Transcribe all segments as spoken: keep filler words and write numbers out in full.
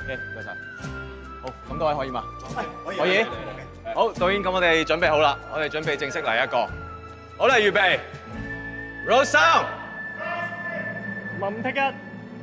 OK， 唔該晒。好，咁多位可以嘛？可以。好，導演，咁我哋準備好啦，我哋準備正式嚟一個。好啦，預備 ，roll sound， 林聽一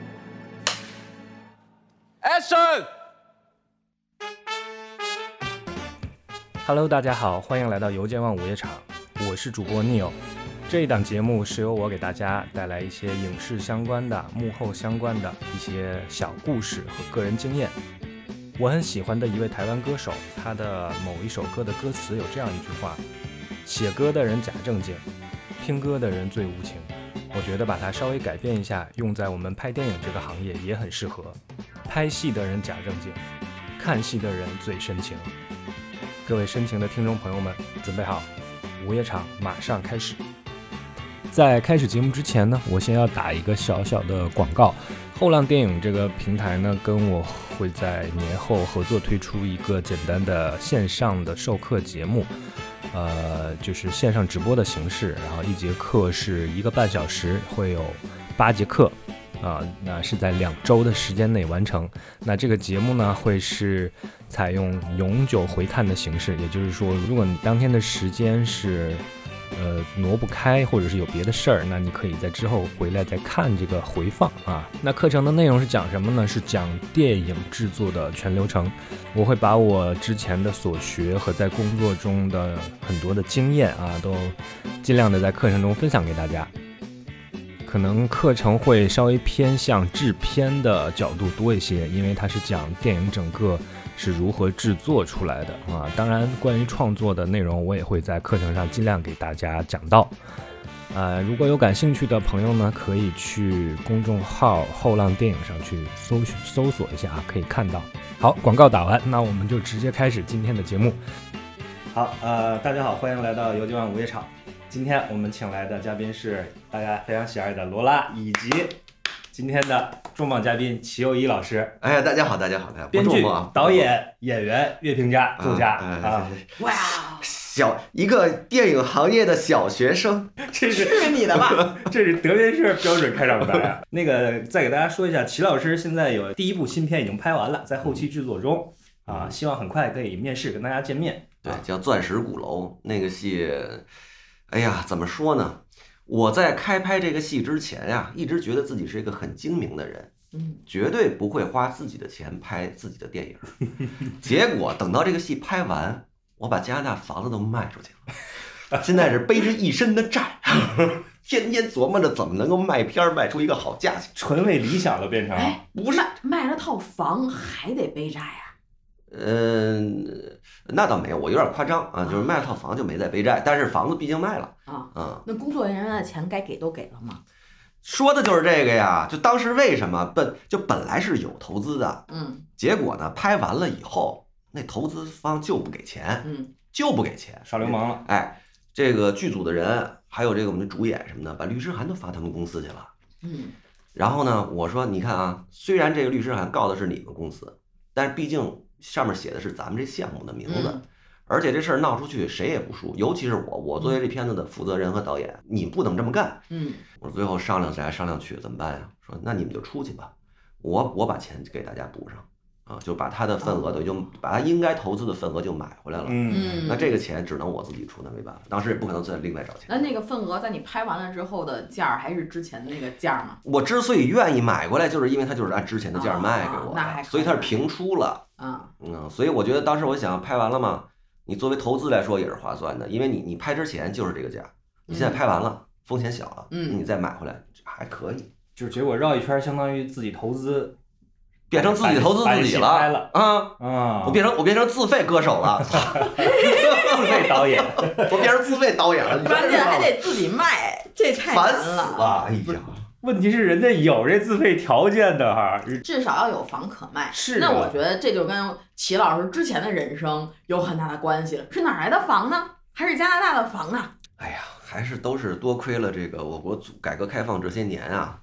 ，action。Hello， 大家好，欢迎来到油尖旺午夜场，我是主播 Neil。这一档节目是由我给大家带来一些影视相关的、幕后相关的一些小故事和个人经验。我很喜欢的一位台湾歌手，他的某一首歌的歌词有这样一句话：写歌的人假正经，听歌的人最无情。我觉得把它稍微改变一下，用在我们拍电影这个行业也很适合。拍戏的人假正经，看戏的人最深情。各位深情的听众朋友们，准备好，午夜场马上开始。在开始节目之前呢，我先要打一个小小的广告。后浪电影这个平台呢，跟我会在年后合作推出一个简单的线上的授课节目，呃，就是线上直播的形式，然后一节课是一个半小时，会有八节课。啊、呃，那是在两周的时间内完成。那这个节目呢，会是采用永久回看的形式，也就是说，如果你当天的时间是呃挪不开，或者是有别的事儿，那你可以在之后回来再看这个回放啊。那课程的内容是讲什么呢？是讲电影制作的全流程。我会把我之前的所学和在工作中的很多的经验啊，都尽量的在课程中分享给大家。可能课程会稍微偏向制片的角度多一些，因为它是讲电影整个是如何制作出来的啊。当然，关于创作的内容，我也会在课程上尽量给大家讲到。呃，如果有感兴趣的朋友呢，可以去公众号后浪电影上去搜搜索一下啊，可以看到。好，广告打完，那我们就直接开始今天的节目。好，呃，大家好，欢迎来到油尖旺午夜场。今天我们请来的嘉宾是大家非常喜爱的罗拉，以及今天的重磅嘉宾齐佑一老师。 哎呀，大家好，大家好，大家好。 编剧、导演、演员、乐评家、作家啊！ 哇，小一个电影行业的小学生， 这是是你的吧？这是德云社标准开场白啊！那个再给大家说一下，齐老师现在有第一部新片已经拍完了，在后期制作中啊，希望很快可以面试跟大家见面。 对，叫《钻石鼓楼》那个戏。哎呀，怎么说呢？我在开拍这个戏之前呀，一直觉得自己是一个很精明的人，嗯，绝对不会花自己的钱拍自己的电影。结果等到这个戏拍完，我把加拿大房子都卖出去了，现在是背着一身的债，天天琢磨着怎么能够卖片卖出一个好价钱， 纯为理想了变成。 哎，不是卖了套房还得背债呀？ 嗯，那倒没有，我有点夸张啊，就是卖了套房就没再背债，但是房子毕竟卖了啊。嗯，那工作人员的钱该给都给了吗？ 说的就是这个呀，就当时为什么本就本来是有投资的， 嗯， 结果呢拍完了以后，那投资方就不给钱， 嗯， 就不给钱， 耍流氓了。 哎，这个剧组的人还有这个我们的主演什么的，把律师函都发他们公司去了， 嗯， 然后呢，我说你看啊，虽然这个律师函告的是你们公司，但是毕竟上面写的是咱们这项目的名字，嗯，而且这事儿闹出去谁也不输，尤其是我，我作为这片子的负责人和导演，你不能这么干。 嗯， 我最后商量来商量去，怎么办呀？说那你们就出去吧，我我把钱给大家补上啊，就把他的份额等于就把他应该投资的份额就买回来了。 嗯， 那这个钱只能我自己出，那没办法，当时也不可能再另外找钱。 那那个份额在你拍完了之后的价还是之前的那个价吗？ 我之所以愿意买过来，就是因为他就是按之前的价卖给我， 哦，那还所以他是平出了。 啊， 嗯，所以我觉得当时我想拍完了嘛，你作为投资来说也是划算的，因为你你拍之前就是这个价，你现在拍完了，嗯，风险小了， 嗯， 你再买回来还可以， 就是结果绕一圈，相当于自己投资变成自己投资自己了， 了啊啊！ 我变成我变成自费歌手了， 自费导演， 我变成自费导演了， 关键还得自己卖，这太烦难死了，哎呀！ 问题是人家有这自费条件的哈， 至少要有房可卖。 是， 那我觉得这就跟齐老师之前的人生有很大的关系了。是哪来的房呢？还是加拿大的房呢？ 哎呀，还是都是多亏了这个我国改革开放这些年啊。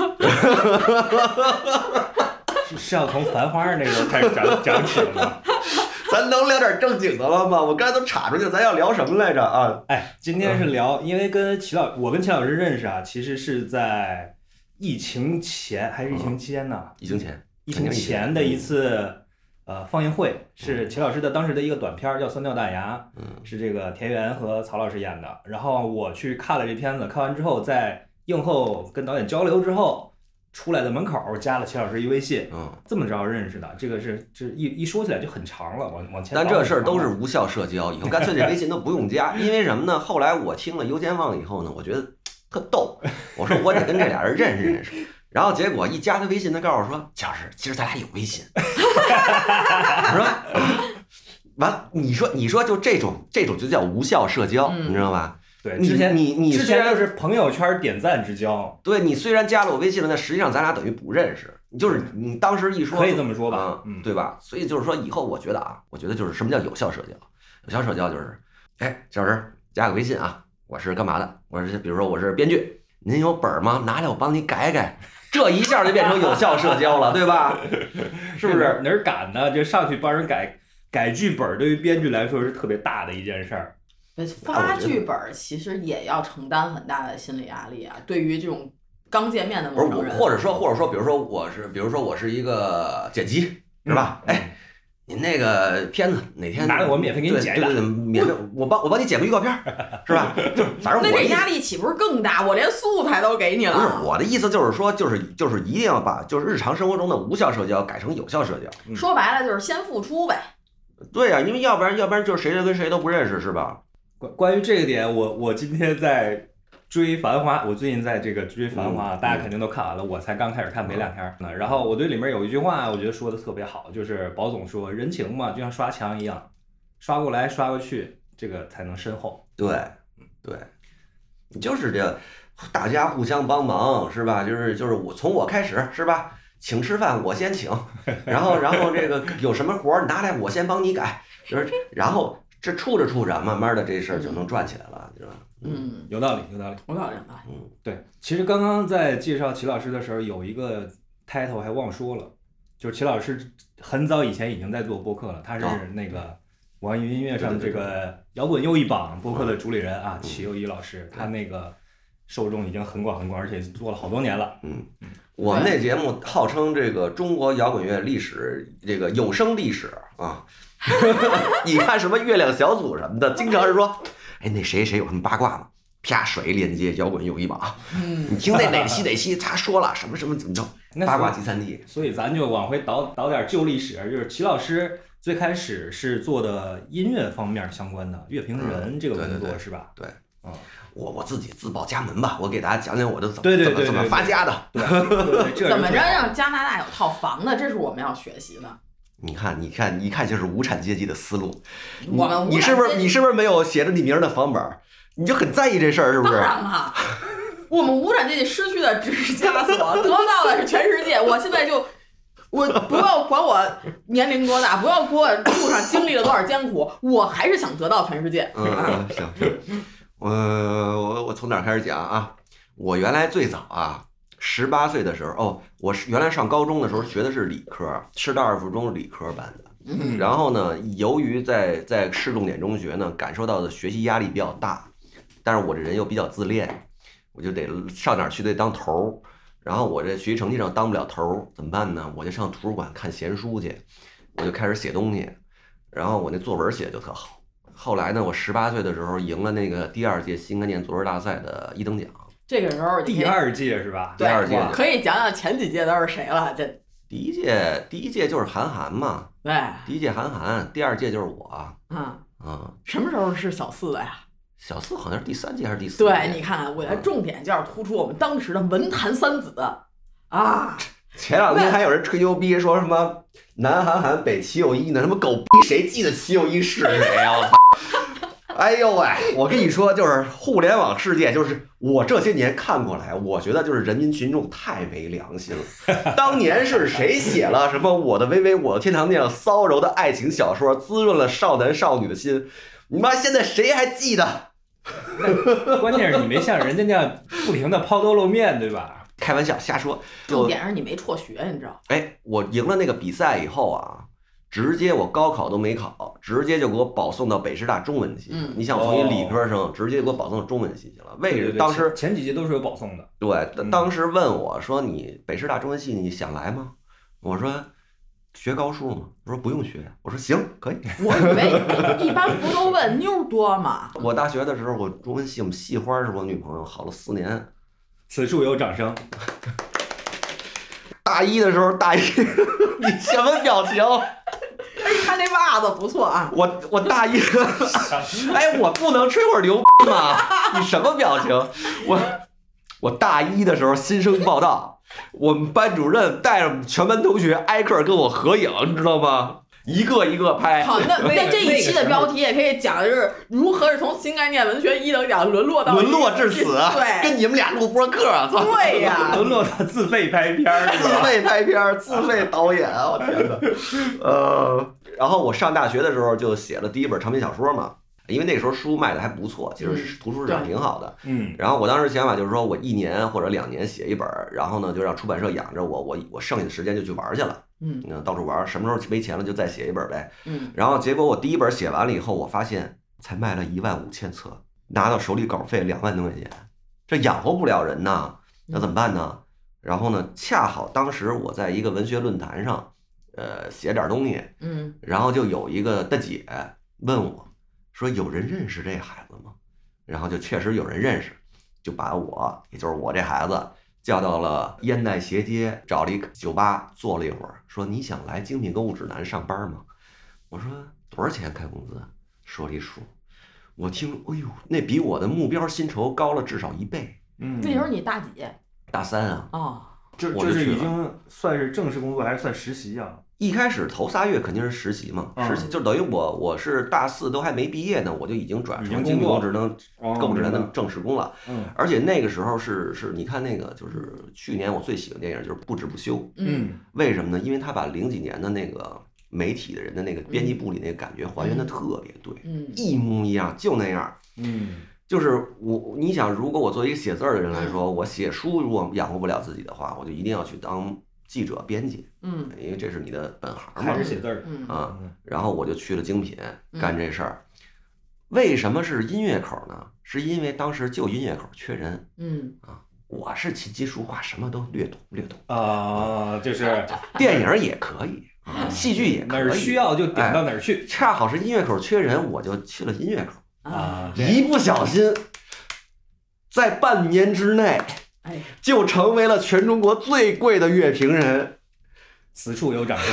是要从繁花那个开始讲讲起了吗？ 咱能聊点正经的了吗？我刚才都岔出去，咱要聊什么来着啊？ 哎，今天是聊，因为跟齐老，我跟齐老师认识啊，其实是在疫情前还是疫情期间呢？ 疫情前， 疫情前的一次呃放映会，是齐老师的当时的一个短片叫《酸掉大牙》， 嗯， 是这个田园和曹老师演的。然后我去看了这片子，看完之后在映后跟导演交流之后，出来的门口加了齐老师一微信， 嗯，这么着认识的。这个是这一一说起来就很长了，往往前。 但这事儿都是无效社交，以后干脆这微信都不用加，因为什么呢？后来我听了《油尖旺》以后呢，我觉得特逗，我说我得跟这俩人认识认识。然后结果一加他微信，他告诉我说：“乔老师，其实咱俩有微信。”我说：“完，你说你说就这种这种就叫无效社交， 嗯、 你知道吧？ 对， 你之前你你之前就是朋友圈点赞之交。 对你虽然加了我微信了，但实际上咱俩等于不认识。就是你当时一说， 可以这么说吧， 嗯，对吧？所以就是说，以后我觉得啊，我觉得就是什么叫有效社交？有效社交就是，哎，乔老师加个微信啊，我是干嘛的？我是比如说我是编剧，您有本吗？拿来我帮你改改。”这一下就变成有效社交了，对吧？是不是？ 哪儿敢呢？就上去帮人改改剧本，对于编剧来说是特别大的一件事儿。 发剧本其实也要承担很大的心理压力啊。对于这种刚见面的陌生人， 或者说，或者说，比如说我是，比如说我是一个剪辑，是吧？ 嗯、 哎。您那个片子哪天拿着我免费给你剪一对对对，免费我帮我帮你剪个预告片，是吧？就是反正我那这压力岂不是更大？我连素材都给你了。 不是我的意思，就是说，就是就是一定要把就是日常生活中的无效社交改成有效社交。 嗯、说白了就是先付出呗。 对呀、啊，因为要不然要不然就是谁跟谁都不认识，是吧？ 关关于这个点，我我今天在追《繁花》，我最近在这个追《繁花》 嗯， 大家肯定都看完了，我才刚开始看没两天呢。然后我对里面有一句话，我觉得说的特别好，就是宝总说，人情嘛，就像刷墙一样，刷过来刷过去，这个才能深厚。 对，对，你就是这，大家互相帮忙，是吧？就是就是我从我开始，是吧？请吃饭我先请，然后然后这个有什么活儿拿来我先帮你改，就是然后这处着处着，慢慢的这事儿就能转起来了，对吧？ 嗯， 有道理，有道理， 有道理啊。 嗯， 对，其实刚刚在介绍齐老师的时候，有一个 title 还忘说了，就是齐老师很早以前已经在做播客了，他是那个网易云音乐上这个摇滚又一榜播客的主理人啊，齐又一老师，他那个受众已经很广很广，而且做了好多年了。 嗯，我们那节目号称这个中国摇滚乐历史这个有声历史啊，你看什么月亮小组什么的，经常是说。哎，那谁谁有什么八卦吗？啪，甩一链接，摇滚又一把。嗯，你听那哪期哪期，他说了什么什么怎么着？八卦集散地。 所以咱就往回倒倒点旧历史，就是齐老师最开始是做的音乐方面相关的乐评人这个工作、嗯、 对对对是吧？ 对， 嗯， 我我自己自报家门吧，我给大家讲讲我的怎么对对对对对怎么怎么发家的。 对对对对， 怎么着让加拿大有套房的，这是我们要学习的。 你看，你看，一看就是无产阶级的思路。 我们你是不是你是不是没有写着你名的房本？你就很在意这事儿，是不是？ 当然了，我们无产阶级失去的只是枷锁，得到的是全世界。我现在就，我不要管我年龄多大，不要管我路上经历了多少艰苦，我还是想得到全世界。 嗯，嗯行行，我我我从哪儿开始讲啊？我原来最早啊，十八岁的时候，哦，我是原来上高中的时候学的是理科，师大二附中理科班的。 嗯， 然后呢，由于在在市重点中学呢，感受到的学习压力比较大。但是我这人又比较自恋，我就得上哪儿去得当头儿，然后我这学习成绩上当不了头儿，怎么办呢？我就上图书馆看闲书去，我就开始写东西，然后我那作文写的就特好。后来呢，我十八岁的时候赢了那个第二届新概念作文大赛的一等奖。 这个时候第二届是吧？ 第二届可以讲讲前几届都是谁了？这第一届第一届就是韩寒嘛， 对， 第一届韩寒，第二届就是我。 嗯嗯， 什么时候是小四的呀？ 小四好像是第三届还是第四届？ 对，你看，我的重点就要突出我们当时的文坛三子啊。 前两天还有人吹牛逼说什么南韩寒北齐友一呢，什么狗逼谁记得齐友一是谁呀、啊？我操！哎呦喂！我跟你说，就是互联网世界，就是我这些年看过来，我觉得就是人民群众太没良心了。当年是谁写了什么我的微微我的天堂那样骚柔的爱情小说，滋润了少男少女的心？你妈现在谁还记得？ 关键是你没像人家那样不停的抛头露面，对吧？ 开玩笑，瞎说。 重点是你没辍学，你知道？ 哎，我赢了那个比赛以后啊，直接我高考都没考，直接就给我保送到北师大中文系。 嗯， 你想，我从一理科生，直接给我保送到中文系去了。为什么？当时前几届都是有保送的。 对，当时问我说：“你北师大中文系你想来吗？” 我说学高数吗？他说不用学。我说行，可以。 我以为一般不都问妞多吗？ 我大学的时候，我中文系我们系花是我女朋友，好了四年。 此处有掌声。 大一的时候，大一你什么表情？ 哎，他那袜子不错啊。 我我大一，哎，我不能吹会儿牛吗？你什么表情？我我大一的时候新生报到，我们班主任带着我们全班同学挨个跟我合影，你知道吗？一个一个拍。 好，那那这一期的标题也可以讲的是如何是从新概念文学一等奖沦落到沦落至此， 对， 跟你们俩录播客啊， 对呀， 沦落到自费拍片儿， 自费拍片儿，自费导演啊，我天哪！呃，然后我上大学的时候就写了第一本长篇小说嘛。因为那个时候书卖的还不错，其实图书市场挺好的。 嗯， 然后我当时想法就是说，我一年或者两年写一本，然后呢就让出版社养着我，我我剩下的时间就去玩去了。嗯，到处玩，什么时候没钱了就再写一本呗。 嗯， 然后结果我第一本写完了以后，我发现才卖了一万五千册，拿到手里稿费两万多块钱，这养活不了人呐，那怎么办呢？然后呢，恰好当时我在一个文学论坛上，呃，写点东西， 嗯， 然后就有一个大姐问我。说有人认识这孩子吗？然后就确实有人认识，就把我，也就是我这孩子叫到了烟袋斜街，找了一个酒吧坐了一会儿，说你想来精品购物指南上班吗？我说多少钱开工资？说了一数，我听，哎呦，那比我的目标薪酬高了至少一倍。 嗯， 那时候你大几？ 大三啊。 哦， 这这是已经算是正式工作还是算实习啊？ 一开始头仨月肯定是实习嘛， 嗯、 实习就等于我我是大四都还没毕业呢，我就已经转成精品工职能购物指南的正式工了。 嗯， 而且那个时候是是，你看那个就是去年我最喜欢的电影就是《不止不休》。 嗯， 为什么呢？因为他把零几年的那个媒体的人的那个编辑部里那个感觉还原的特别对， 嗯， 一模一样，就那样。 嗯， 就是我，你想，如果我作为一个写字的人来说，我写书如果养活不了自己的话，我就一定要去当记者、编辑， 嗯， 因为这是你的本行嘛， 还是写字儿， 嗯啊，然后我就去了精品干这事儿。为什么是音乐口呢？是因为当时就音乐口缺人， 嗯啊，我是琴棋书画什么都略懂略懂啊，就是电影也可以，戏剧也可以， 哪儿需要就点到哪儿去。 恰好是音乐口缺人，我就去了音乐口啊， 一不小心，在半年之内。就成为了全中国最贵的乐评人， 此处有掌声。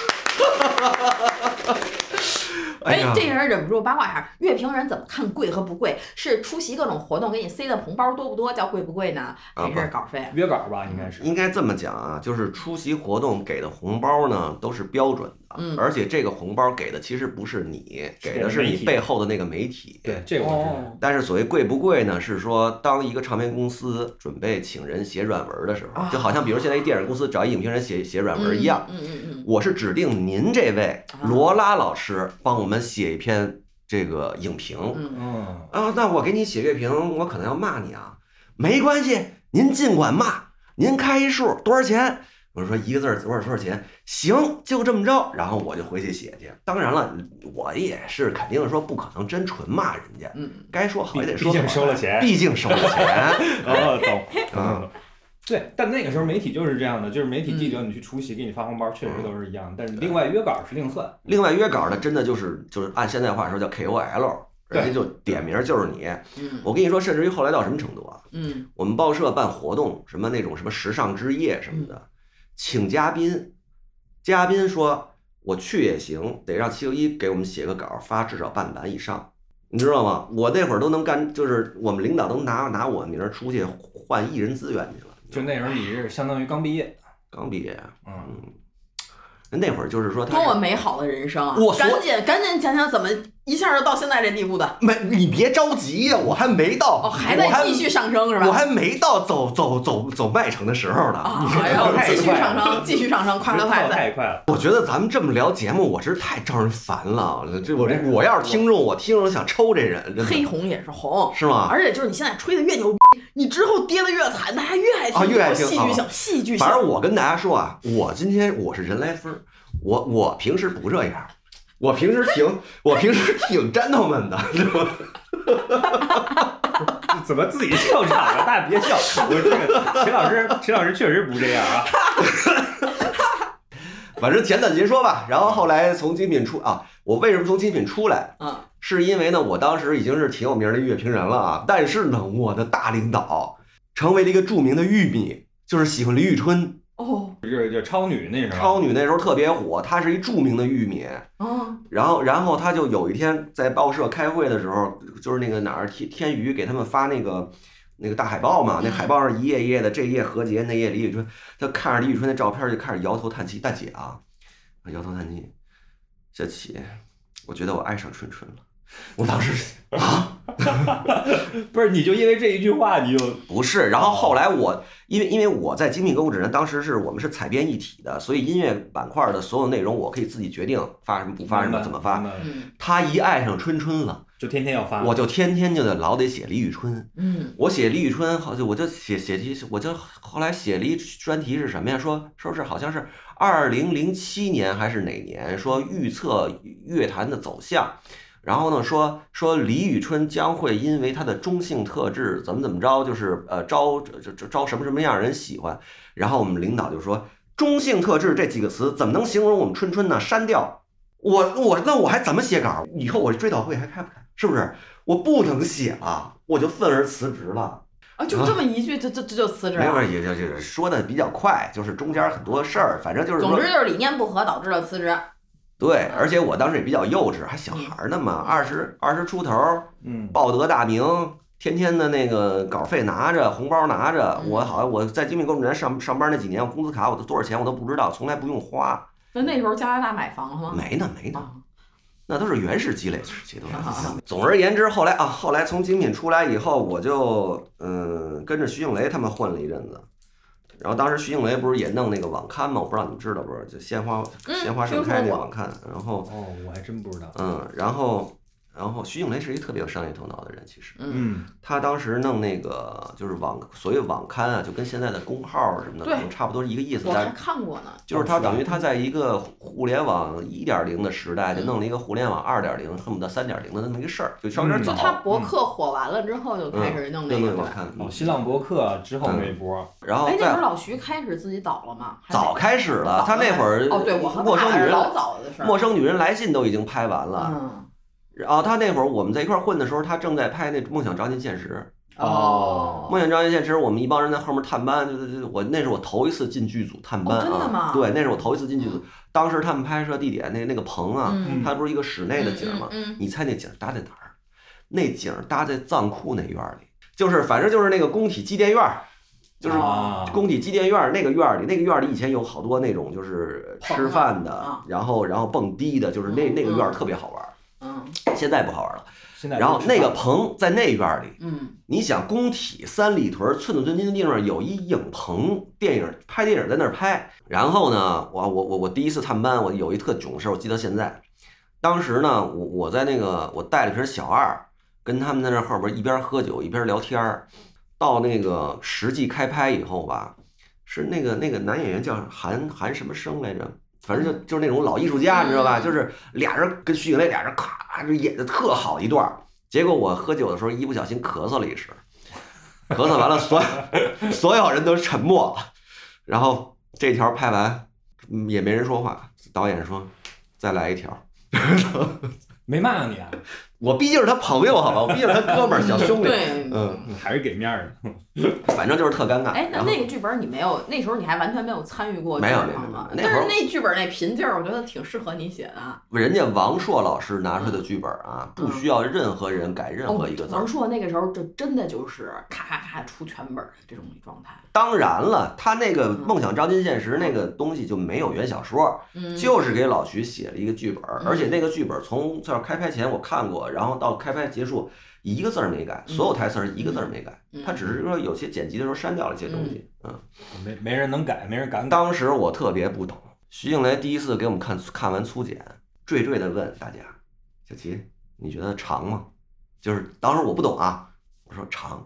哎，这人忍不住八卦一下，乐评人怎么看贵和不贵？是出席各种活动给你塞的红包多不多叫贵不贵呢？还是稿费？ 约稿吧，应该是。 应该这么讲啊，就是出席活动给的红包呢都是标准的， 嗯， 而且这个红包给的其实不是你，给的是你背后的那个媒体。 对，这个我知道。 但是所谓贵不贵呢，是说当一个唱片公司准备请人写软文的时候，就好像比如现在一电影公司找一影评人写写软文一样， 嗯嗯嗯， 我是指定您这位罗拉老师帮我们写一篇这个影评， 嗯啊，那我给你写乐评，我可能要骂你啊，没关系，您尽管骂，您开一数多少钱？我说一个字多少多少钱，行，就这么着，然后我就回去写去。当然了，我也是肯定说不可能真纯骂人家， 嗯， 该说好也得说好， 毕竟收了钱， 毕竟收了钱， 哦，懂，嗯。对，但那个时候媒体就是这样的，就是媒体记者你去出席给你发红包，确实都是一样，但是另外约稿是另算。 另外约稿的真的就是就是按现在话说叫 K O L， 人家就点名就是你。 嗯， 我跟你说，甚至于后来到什么程度啊？ 嗯， 我们报社办活动，什么那种什么时尚之夜什么的，请嘉宾，嘉宾说我去也行，得让七六一给我们写个稿，发至少半版以上。你知道吗？我那会儿都能干，就是我们领导都拿拿我名出去换艺人资源去了。 就那时候你是相当于刚毕业， 刚毕业， 嗯， 那会儿就是说他多么美好的人生啊！ 我赶紧赶紧讲讲怎么一下就到现在这地步的。 没，你别着急呀，我还没到， 哦，还在继续上升是吧？ 我还没到走走走走麦城的时候呢。 啊，还要继续上升，继续上升，快快快！ 太快了！ 我觉得咱们这么聊节目，我真是太招人烦了。这我这我要是听众，我听着想抽这人。 黑红也是红， 是吗？ 而且就是你现在吹的越牛逼，你之后跌的越惨，大家越爱听。 啊，越爱听。 戏剧性，戏剧性。 反正我跟大家说啊，我今天我是人来疯，我我平时不这样。我平时挺，我平时挺 gentleman 的，是吧？ 怎么自己笑场了？大家别笑。我这个秦老师，秦老师确实不这样啊。 反正简短截说吧。然后后来从精品出啊，我为什么从精品出来？ 嗯， 是因为呢，我当时已经是挺有名的乐评人了啊，但是呢，我的大领导成为了一个著名的玉米，就是喜欢李宇春。 哦， 这这超女那时候， 超女那时候特别火，她是一著名的玉米。 哦， 然后，然后她就有一天在报社开会的时候，就是那个哪儿天天娱给他们发那个那个大海报嘛，那海报上一页一页的，这页何洁，那页李宇春，她看着李宇春的照片就开始摇头叹气，大姐啊，摇头叹气，小琪，我觉得我爱上春春了。我当时啊， 不是，你就因为这一句话你就不是，然后后来我因为因为我在精品购物指南当时是我们是采编一体的，所以音乐板块的所有内容我可以自己决定发什么不发什么怎么发。他一爱上春春了， 就天天要发， 我就天天就得老得写李宇春。 嗯， 我写李宇春，好就我就写写题，我就后来写了一专题是什么呀？说说是好像是二零零七年还是哪年，说预测乐坛的走向。然后呢，说说李宇春将会因为她的中性特质怎么怎么着，就是呃招招招什么什么样人喜欢。然后我们领导就说，中性特质这几个词怎么能形容我们春春呢？删掉。我我那我还怎么写稿？以后我追悼会还开不开？是不是？我不能写了，我就愤而辞职了。 啊，就这么一句，这这这就辞职了。 没有，也就就是说的比较快，就是中间很多事儿，反正就是总之就是理念不合导致了辞职。 对，而且我当时也比较幼稚，还小孩呢嘛，二十二十出头， 嗯， 报得大名，天天的那个稿费拿着，红包拿着，我好像我在精品购物指南上上班那几年，我工资卡我都多少钱我都不知道，从来不用花。 那那时候加拿大买房了吗？ 没呢，没呢。那都是原始积累阶段。总而言之，后来啊，后来从精品出来以后，我就嗯跟着徐静蕾他们混了一阵子。然后当时徐静蕾不是也弄那个网刊吗？我不知道你们知道不是？就鲜花鲜花盛开那个网刊。然后哦，我还真不知道。 嗯，然后然后徐静蕾是一个特别有商业头脑的人，其实。 嗯。 他当时弄那个就是网所谓网刊啊，就跟现在的公号什么的可能差不多是一个意思。 我还看过呢。 就是他等于他在一个互联网一点零的时代，就弄了一个互联网二点零，恨不得三点零的那么一个事儿，就稍微有点早。 就他博客火完了之后，就开始弄那个网刊。 哦，新浪博客之后那一波。 然后哎，那会儿老徐开始自己导了吗？ 早开始了，他那会儿哦，对，我陌生女人老早的事儿， 陌生女人来信都已经拍完了。 嗯。 然后他那会儿我们在一块儿混的时候，他正在拍那《梦想照进现实》。 哦。 梦想照进现实，我们一帮人在后面探班，就就就我那是我头一次进剧组探班啊。 真的吗？ 对，那是我头一次进剧组。当时他们拍摄地点那那个棚啊，它不是一个室内的景吗？你猜那景搭在哪儿？那景搭在藏库那院里，就是反正就是那个工体机电院。就是工体机电院那个院里，那个院里以前有好多那种就是吃饭的，然后然后蹦迪的，就是那那个院特别好玩。 嗯， 现在不好玩了。 现在。 然后那个棚在那院里， 嗯， 你想工体三里屯寸土寸金的地方有一影棚，电影拍电影在那儿拍。然后呢，我我我我第一次探班，我有一特囧的事，我记得现在。当时呢，我我在那个我带了瓶小二，跟他们在那后边一边喝酒一边聊天儿。到那个实际开拍以后吧，是那个那个男演员叫韩韩什么生来着，反正就就是那种老艺术家，你知道吧？就是俩人跟徐静蕾俩人咔就演的特好一段，结果我喝酒的时候一不小心咳嗽了一声，咳嗽完了，所有所有人都沉默了，然后这条拍完，嗯，也没人说话，导演说再来一条， 没骂你啊。 我毕竟是他朋友，好吧，我毕竟是他哥们儿、小兄弟， 对， 嗯， 还是给面儿的，反正就是特尴尬。 哎，那那个剧本你没有，那时候你还完全没有参与过， 没有没有没有。 但是那剧本那频劲儿，我觉得挺适合你写的。 人家王朔老师拿出来的剧本啊，不需要任何人改任何一个字。 王朔那个时候就真的就是咔咔咔出全本这种状态。 当然了，他那个《梦想照进现实》那个东西就没有原小说， 嗯， 就是给老徐写了一个剧本，而且那个剧本从在开拍前我看过，然后到开拍结束一个字儿没改，所有台词儿一个字儿没改，他只是说有些剪辑的时候删掉了一些东西，嗯， 没没人能改，没人敢改。 当时我特别不懂，徐静蕾第一次给我们看看完粗剪，惴惴的问大家：“小齐，你觉得长吗？”就是当时我不懂啊。我说长，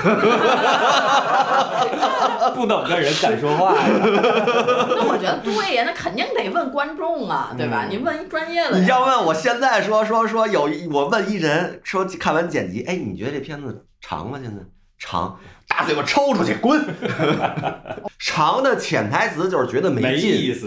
不懂的人敢说话呀。 那我觉得对呀，那肯定得问观众啊，对吧？嗯、你问一专业的。 你要问我现在说说说有我问一人说看完剪辑，哎，你觉得这片子长吗？现在长，大嘴巴抽出去滚。长的潜台词就是觉得没劲， 没意思。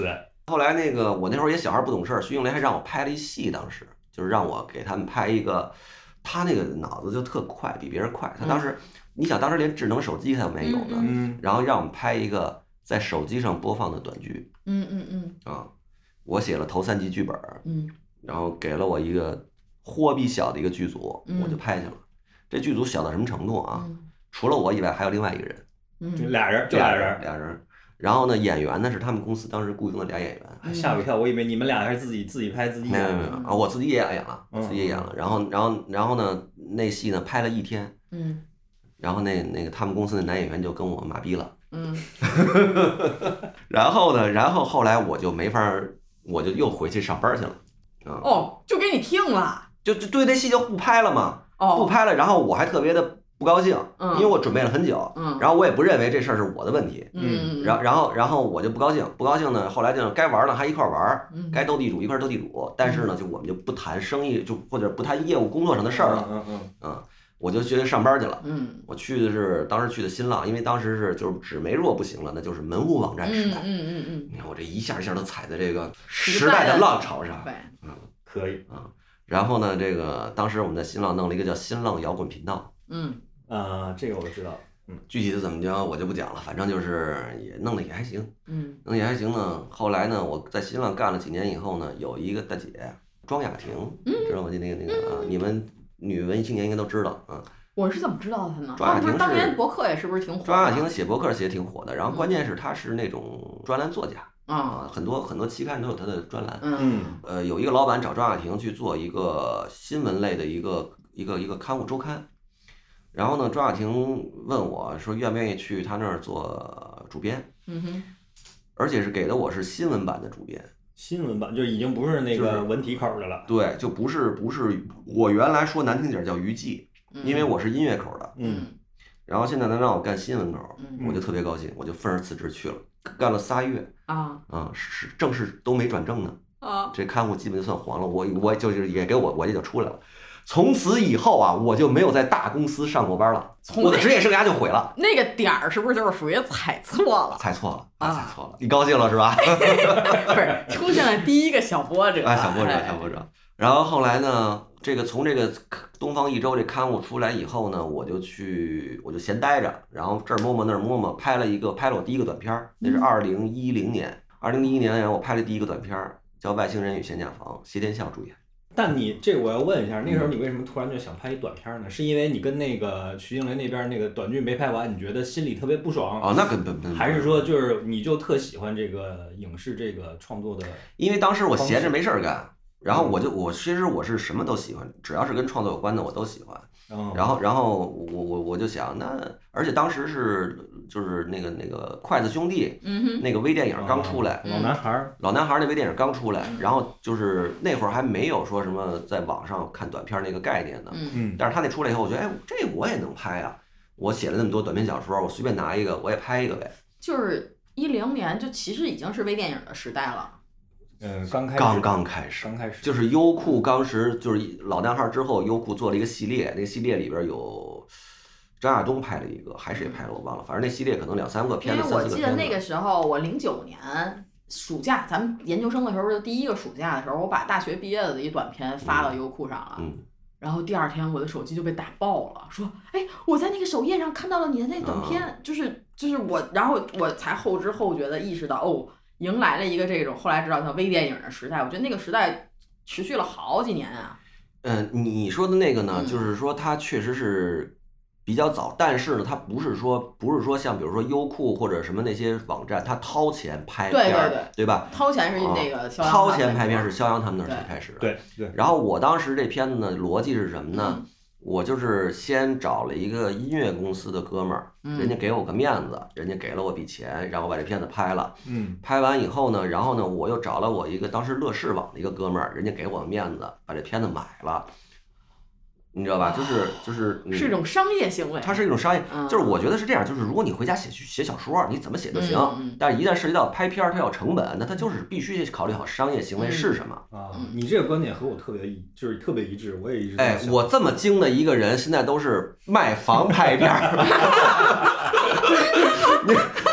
后来那个我那时候也小孩不懂事儿，徐静蕾还让我拍了一戏，当时就是让我给他们拍一个，他那个脑子就特快，比别人快。他当时、嗯、你想当时连智能手机他都没有呢， 嗯， 然后让我们拍一个在手机上播放的短剧， 嗯嗯嗯啊，我写了头三集剧本， 嗯， 然后给了我一个货比小的一个剧组， 嗯、 我就拍去了。这剧组小到什么程度啊？ 嗯、 除了我以外还有另外一个人， 嗯， 俩人就俩人， 俩人。然后呢，演员呢是他们公司当时雇佣的俩演员， 吓我一跳，我以为你们俩还是自己自己拍自己演。 没有没有啊，我自己也演了， 嗯、 自己也演了。然后然后然后呢，那戏呢拍了一天， 嗯， 然后那那个他们公司的男演员就跟我妈逼了， 嗯， 然后呢，然后后来我就没法，我就又回去上班去了，啊、嗯， 哦，就给你停了， 就就对那戏就不拍了嘛， 哦， 不拍了，然后我还特别的。不高兴， 嗯， 因为我准备了很久， 嗯， 然后我也不认为这事儿是我的问题， 嗯， 然后然后然后我就不高兴，不高兴呢，后来就该玩了还一块玩， 嗯， 该斗地主一块斗地主，但是呢，就我们就不谈生意，就或者不谈业务工作上的事儿了， 嗯嗯嗯，我就去上班去了， 嗯， 我去的是当时去的新浪，因为当时是就是纸媒弱不行了，那就是门户网站时代， 嗯嗯嗯， 你看我这一下一下都踩在这个时代的浪潮上， 对， 嗯， 可以啊，然后呢，这个当时我们在新浪弄了一个叫新浪摇滚频道， 嗯。 啊，这个我知道，嗯， 具体的怎么着我就不讲了，反正就是也弄得也还行， 嗯， 弄得也还行呢。后来呢，我在新浪干了几年以后呢，有一个大姐庄雅婷， 嗯， 知道吗？就那个那个啊，你们女文艺青年应该都知道啊。 我是怎么知道她呢？ 庄雅婷是当年博客也是不是挺火的？ 庄雅婷写博客写挺火的，然后关键是她是那种专栏作家啊，很多很多期刊都有她的专栏。 嗯， 呃，有一个老板找庄雅婷去做一个新闻类的一个一个一个刊物周刊。然后呢，庄雅婷问我说愿不愿意去他那儿做主编， 嗯哼， 而且是给的我是新闻版的主编， 新闻版就已经不是那个文体口的了， 就是、对，就不是不是我原来说难听点叫娱记，因为我是音乐口的， 嗯， 然后现在能让我干新闻口， 嗯、 我就特别高兴，我就愤而辞职去了，干了仨月啊啊，是正式都没转正呢， 啊， 这刊物基本就算黄了，我我就是也给我我也就出来了。从此以后啊，我就没有在大公司上过班了，我的职业生涯就毁了。 那个点儿是不是就是属于踩错了？ 踩错了啊， 踩错了，你高兴了是吧？ 不是，出现了第一个小波折。 啊，小波折，小波折。然后后来呢，这个从这个东方一周这刊物出来以后呢，我就去，我就闲待着，然后这儿摸摸那儿摸摸，拍了一个，拍了我第一个短片，那是二零一零年，二零一一年我拍了第一个短片，叫《外星人与仙甲房》，谢天笑主演。 但你这我要问一下，那时候你为什么突然就想拍一短片呢？是因为你跟那个徐静蕾那边那个短剧没拍完，你觉得心里特别不爽啊？那根本不， 还是说就是你就特喜欢这个影视这个创作的？ 因为当时我闲着没事儿干，然后我就我其实我是什么都喜欢，只要是跟创作有关的我都喜欢。 嗯、 然后然后我我我就想，那而且当时是就是那个那个筷子兄弟， 嗯哼， 那个微电影刚出来， 老男孩儿， 老男孩儿那微电影刚出来，然后就是那会儿还没有说什么在网上看短片那个概念呢， 嗯， 但是他那出来以后，我觉得哎，这我也能拍啊！我写了那么多短篇小说，我随便拿一个我也拍一个呗。 就是一零年，就其实已经是微电影的时代了。 嗯，刚开始， 刚刚开始， 刚开始， 就是优酷当时就是老男孩之后，优酷做了一个系列，那个系列里边有张亚东拍了一个，还是也拍了，我忘了，反正那系列可能两三个片子， 因为我记得那个时候，我零九年暑假，咱们研究生的时候，就第一个暑假的时候，我把大学毕业的一短片发到优酷上了。 嗯。 然后第二天我的手机就被打爆了，说，哎，我在那个首页上看到了你的那短片，嗯、就是就是我，然后我才后知后觉的意识到，哦。迎来了一个这种后来知道叫微电影的时代，我觉得那个时代持续了好几年啊。 嗯，你说的那个呢，就是说它确实是比较早，但是呢，它不是说不是说像比如说优酷或者什么那些网站，它掏钱拍片， 对对对， 对吧？ 掏钱是那个肖阳、 啊，掏钱拍片是肖阳他们那儿开始的。 对对。 然后我当时这片子呢，逻辑是什么呢？ 嗯我就是先找了一个音乐公司的哥们儿， 嗯、 人家给我个面子，人家给了我笔钱，让我把这片子拍了。 嗯， 拍完以后呢，然后呢，我又找了我一个当时乐视网的一个哥们儿，人家给我面子，把这片子买了。你知道吧？就是就是、 嗯、是一种商业行为， 它是一种商业， 嗯、 就是我觉得是这样，就是如果你回家写写小说，你怎么写都行， 嗯嗯、 但是一旦涉及到拍片儿，它要成本，那它就是必须考虑好商业行为是什么、 嗯、啊。你这个观点和我特别一，就是特别一致，我也一直哎，我这么精的一个人，现在都是卖房拍片儿。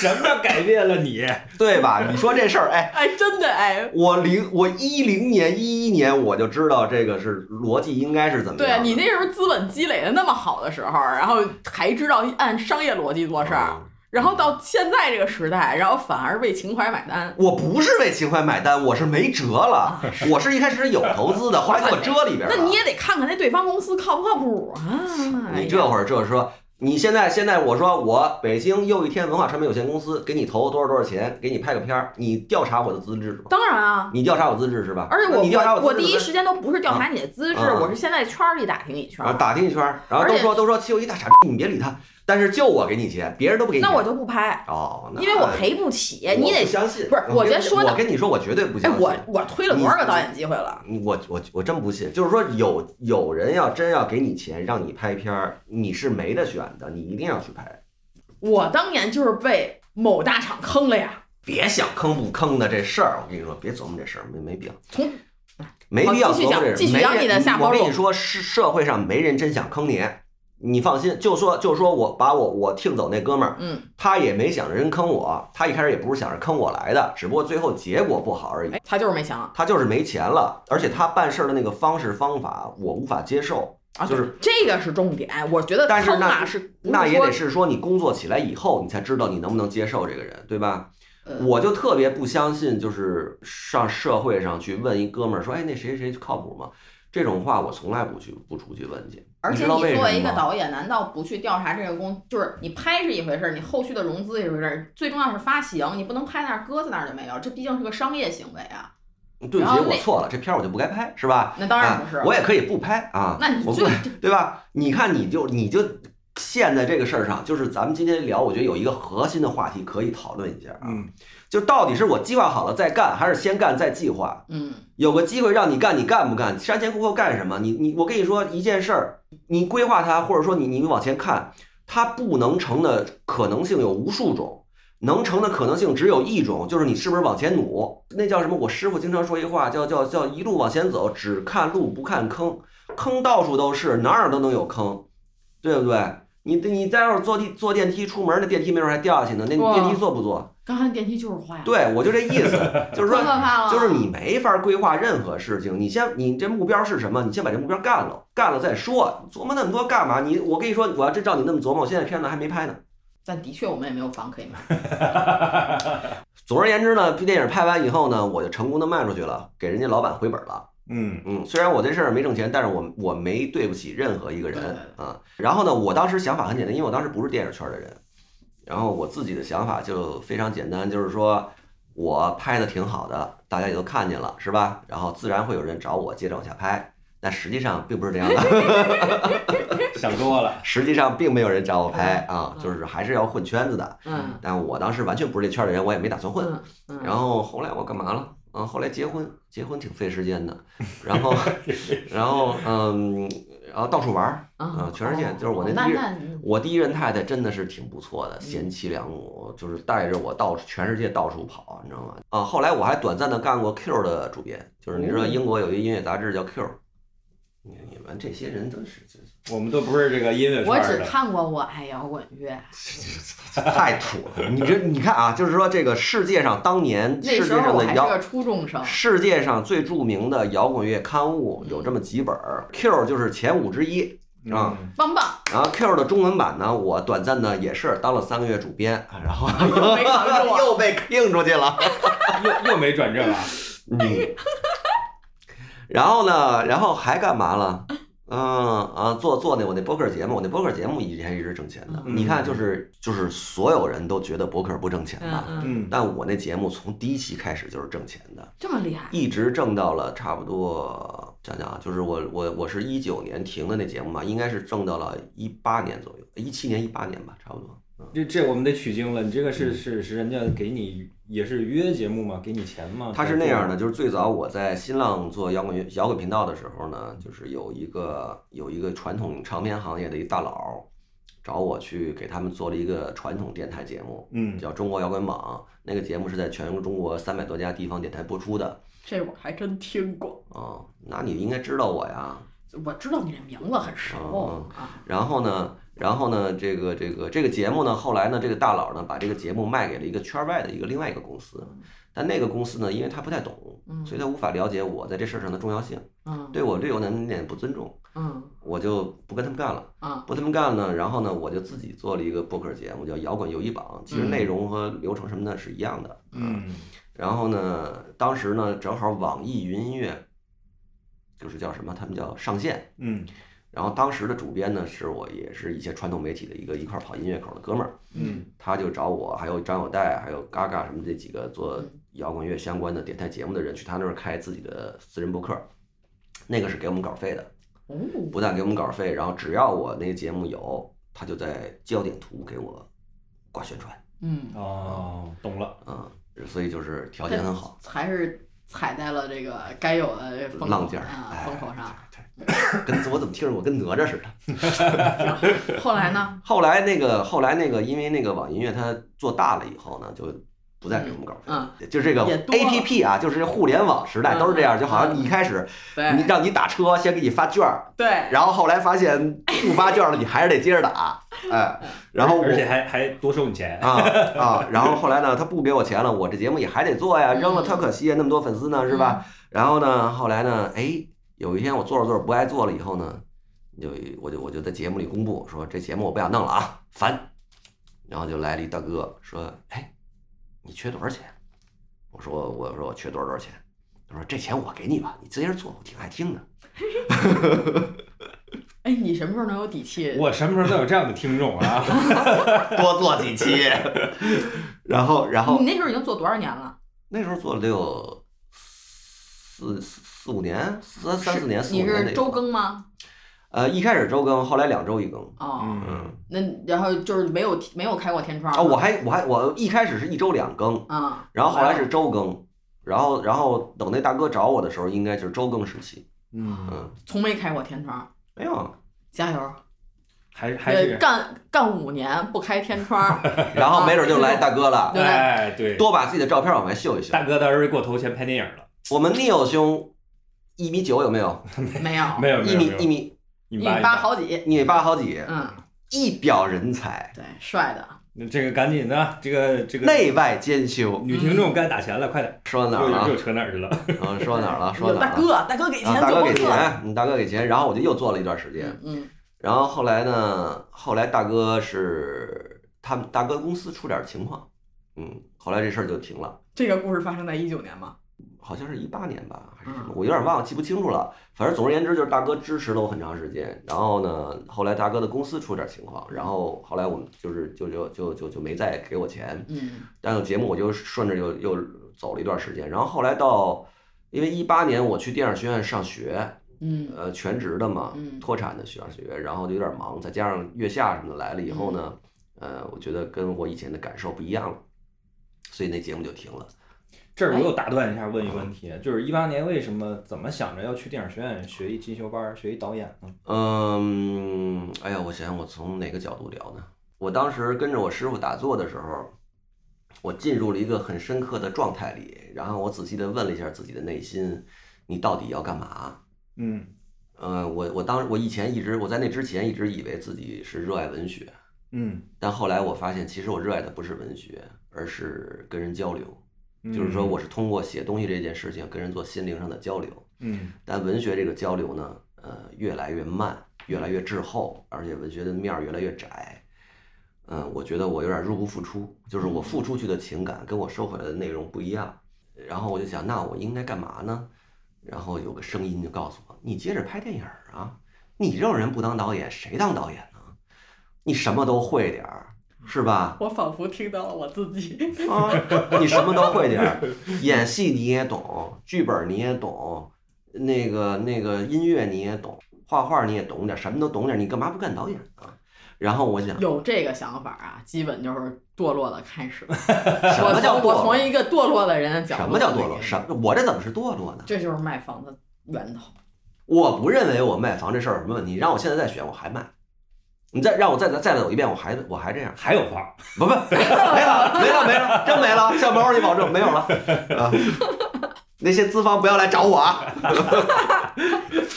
什么改变了你？ 对吧？你说这事儿，哎哎，真的哎。 我零我一零年一一年我就知道这个是逻辑应该是怎么样。 对你那时候资本积累的那么好的时候，然后还知道按商业逻辑做事儿。嗯然后到现在这个时代，然后反而为情怀买单。 我不是为情怀买单，我是没辙了。啊、我是一开始有投资的，后来给我遮里边了。 那你也得看看那对方公司靠不靠谱啊！ 你这会儿这说，你现在现在我说我北京又一天文化传媒有限公司给你投多少多少钱，给你拍个片儿，你调查我的资质是吧？ 当然啊， 你调查我资质是吧？ 而且我你调查我我第一时间都不是调查你的资质，啊、我是先在圈里打听一圈， 啊，打听一圈，然后都说都说七友一大傻逼，你别理他。但是就我给你钱，别人都不给你钱， 那我就不拍哦， 因为我赔不起，你得不相信。 不是，我觉得说的， 我跟你说，我绝对不相信。 哎，我我推了多少个导演机会了？ 我我我真不信，就是说有有人要真要给你钱让你拍片儿，你是没得选的，你一定要去拍。 我当年就是被某大厂坑了呀！ 别想坑不坑的这事儿，我跟你说，别琢磨这事儿，没没必要。 从没必要琢磨这事。 继续讲你的下坡路。 我跟你说，是社会上没人真想坑你。你放心，就说就说我把我我听走那哥们儿， 嗯， 他也没想着人坑我，他一开始也不是想着坑我来的，只不过最后结果不好而已。 他就是没钱， 他就是没钱了，而且他办事的那个方式方法我无法接受， 啊、 就是这个是重点。我觉得但是那是那也得是说你工作起来以后，你才知道你能不能接受这个人，对吧？ 呃、 我就特别不相信，就是上社会上去问一哥们儿说，哎，那谁谁靠谱吗？这种话我从来不去不出去问去。 而且你作为一个导演，难道不去调查这个公？就是你拍是一回事，你后续的融资也是一回事，最重要是发行，你不能拍那儿搁在那儿就没有，这毕竟是个商业行为啊。 对不起，我错了，这片儿我就不该拍，是吧？ 那当然不是， 啊、我也可以不拍啊。 那你就对吧？你看，你就你就陷在这个事儿上，就是咱们今天聊，我觉得有一个核心的话题可以讨论一下啊。 嗯。 就到底是我计划好了再干，还是先干再计划？ 嗯， 有个机会让你干，你干不干？瞻前顾后干什么？你你，我跟你说一件事儿，你规划它，或者说你你往前看，它不能成的可能性有无数种，能成的可能性只有一种，就是你是不是往前努？那叫什么？我师傅经常说一话，叫叫叫一路往前走，只看路不看坑，坑到处都是，哪儿都能有坑，对不对？你你待会儿坐地坐电梯出门，那电梯没准还掉下去呢，那你电梯坐不坐？ 刚才电梯就是坏了。 对，我就这意思，就是说，就是你没法规划任何事情。你先，你这目标是什么？你先把这目标干了，干了再说。琢磨那么多干嘛？你，我跟你说，我要真照你那么琢磨，我现在片子还没拍呢。 但的确，我们也没有房可以买。 总而言之呢，电影拍完以后呢，我就成功的卖出去了，给人家老板回本了。 嗯嗯，虽然我这事儿没挣钱，但是我我没对不起任何一个人啊。然后呢，我当时想法很简单，因为我当时不是电影圈的人。然后我自己的想法就非常简单，就是说我拍的挺好的，大家也都看见了，是吧？然后自然会有人找我接着往下拍，但实际上并不是这样的。 想多了， 实际上并没有人找我拍啊，就是还是要混圈子的。 嗯， 但我当时完全不是这圈的人，我也没打算混。 嗯嗯、 然后后来我干嘛了？嗯，后来结婚，结婚挺费时间的。然后，然后嗯。然后到处玩儿啊，全世界就是我那第一，我第一任太太真的是挺不错的，贤妻良母，就是带着我到全世界到处跑，你知道吗？啊，后来我还短暂的干过 Q 的主编，就是你知道英国有一个音乐杂志叫 Q， 你你们这些人都是， 我们都不是这个音乐圈的。 我只看过《我爱摇滚乐》， 太土了。你这你看啊，就是说这个世界上当年世界上的摇， 个初中生， 世界上最著名的摇滚乐刊物有这么几本 ，Q 就是前五之一啊， 棒棒。 然后 Q 的中文版呢，我短暂的也是当了三个月主编，然后又没又被硬出去了， 又又没转正啊。 嗯。然后呢，然后还干嘛了？嗯啊，做做那我那播客节目，我那播客节目以前一直挣钱的。 嗯、 你看，就是就是所有人都觉得播客不挣钱吧？ 嗯嗯。 但我那节目从第一期开始就是挣钱的， 这么厉害， 一直挣到了差不多，讲讲啊，就是我我我是一九年停的那节目嘛，应该是挣到了一八年左右，一七年一八年吧，差不多。 这这我们得取经了，你这个是是是人家给你也是约节目吗？给你钱吗？ 他是那样的，就是最早我在新浪做摇滚乐摇滚频道的时候呢，就是有一个有一个传统唱片行业的一大佬找我去给他们做了一个传统电台节目， 嗯， 叫中国摇滚榜。那个节目是在全中国三百多家地方电台播出的。 这我还真听过哦，那你应该知道我呀。 我知道你这名字很熟、 嗯、 啊。 然后呢，然后呢，这个这个这个节目呢，后来呢，这个大佬呢把这个节目卖给了一个圈外的一个另外一个公司，但那个公司呢，因为他不太懂，所以他无法了解我在这事上的重要性， 嗯， 对我略有那么点不尊重， 嗯， 我就不跟他们干了， 嗯， 不跟他们干呢，然后呢，我就自己做了一个播客节目，叫《摇滚游一榜》，其实内容和流程什么的是一样的， 嗯， 然后呢，当时呢，正好网易云音乐。就是叫什么？他们叫上线， 嗯， 然后当时的主编呢，是我也是一些传统媒体的一个一块跑音乐口的哥们儿， 嗯， 他就找我，还有张友代，还有嘎嘎什么这几个做摇滚乐相关的电台节目的人，去他那儿开自己的私人播客，那个是给我们稿费的，不但给我们稿费，然后只要我那个节目有，他就在焦点图给我挂宣传， 嗯， 哦，懂了， 嗯，所以就是条件很好， 还是。踩在了这个该有的风浪尖儿啊风口上， 跟我怎么听着我跟哪吒似的。 后来呢？ 后来那个后来那个，因为那个网易音乐它做大了以后呢，就不再给我们稿费。 嗯， 就这个 A P P 啊，就是互联网时代都是这样，就好像你一开始你让你打车，先给你发券儿， 对， 然后后来发现不发券了，你还是得接着打，哎，然后而且还还多收你钱啊啊，然后后来呢，他不给我钱了，我这节目也还得做呀，扔了特可惜啊，那么多粉丝呢，是吧？然后呢，后来呢，哎，有一天我做着做着不爱做了以后呢，就我就我就在节目里公布说这节目我不想弄了啊，烦。然后就来了一大哥说，哎，你缺多少钱？我说我说我缺多少多少钱？他说这钱我给你吧，你接着做，我挺爱听的。 哎，你什么时候能有底气？ 我什么时候能有这样的听众啊？ 多做几期。然后然后你那时候已经做多少年了？ 那时候做了得有四四五年，三三四年四五年。 你是周更吗？ 呃，一开始周更，后来两周一更。 哦， 嗯， 那然后就是没有没有开过天窗啊、哦，我还我还我一开始是一周两更啊， 然后后来是周更，然后然后等那大哥找我的时候，应该就是周更时期。 嗯嗯， 从没开过天窗。 没有， 加油！ 还还是干干五年不开天窗， 然后没准就来大哥了。 哎，对， 多把自己的照片往外秀一秀。 大哥到时候给我投钱拍电影了。 我们 Neil 兄一米九有没有？ 没有， 没有， 一米一米一米八好几， 一米八好几。 嗯， 一表人才， 对，帅的。 那这个赶紧的，这个这个内外兼修。 女听众该打钱了，快点。 说到哪儿了？ 又扯哪儿去了？ 啊，说到哪儿了？说到哪儿了？ 大哥，大哥给钱， 大哥给钱，你大哥给钱，然后我就又做了一段时间。 嗯。 然后后来呢？后来大哥是他们大哥公司出点情况，嗯，后来这事儿就停了。 这个故事发生在一九年吗？ 好像是一八年吧，还是什么？我有点忘了，记不清楚了。反正总而言之，就是大哥支持了我很长时间。然后呢，后来大哥的公司出点情况，然后后来我们就是就就就就就没再给我钱。 嗯。 但是节目我就顺着又又走了一段时间。然后后来到，因为一八年我去电影学院上学。 嗯， 呃，全职的嘛， 嗯、 脱产的学上学，然后就有点忙，再加上月下什么的来了以后呢， 嗯、 呃，我觉得跟我以前的感受不一样了，所以那节目就停了。 这儿我又打断一下，问一个问题，就是一八年为什么怎么想着要去电影学院学一进修班，学一导演呢？ 嗯，哎呀，我想想我从哪个角度聊呢？我当时跟着我师傅打坐的时候，我进入了一个很深刻的状态里，然后我仔细的问了一下自己的内心，你到底要干嘛？ 嗯， 呃，我我当我以前一直我在那之前一直以为自己是热爱文学， 嗯， 但后来我发现，其实我热爱的不是文学，而是跟人交流，嗯、就是说我是通过写东西这件事情跟人做心灵上的交流， 嗯， 但文学这个交流呢，呃，越来越慢，越来越滞后，而且文学的面儿越来越窄，嗯、呃，我觉得我有点入不敷出，就是我付出去的情感跟我收回来的内容不一样，然后我就想，那我应该干嘛呢？然后有个声音就告诉我，你接着拍电影啊，你这种人不当导演谁当导演呢？你什么都会点儿，是吧？ 我仿佛听到了我自己啊，你什么都会点儿，演戏你也懂，剧本你也懂，那个那个音乐你也懂，画画你也懂点，什么都懂点，你干嘛不干导演啊？然后我想， 有这个想法啊，基本就是堕落的开始。 什么叫堕落？ 我从一个堕落的人的角度， 什么叫堕落？什么？我这怎么是堕落呢？ 这就是卖房的源头。 我不认为我卖房这事儿有什么问题，让我现在再选，我还卖。你再让我再再再走一遍，我还我还这样。 还有房？ 不不，没了没了没了，真没了。小毛，你保证没有了啊？那些资方不要来找我啊！ 这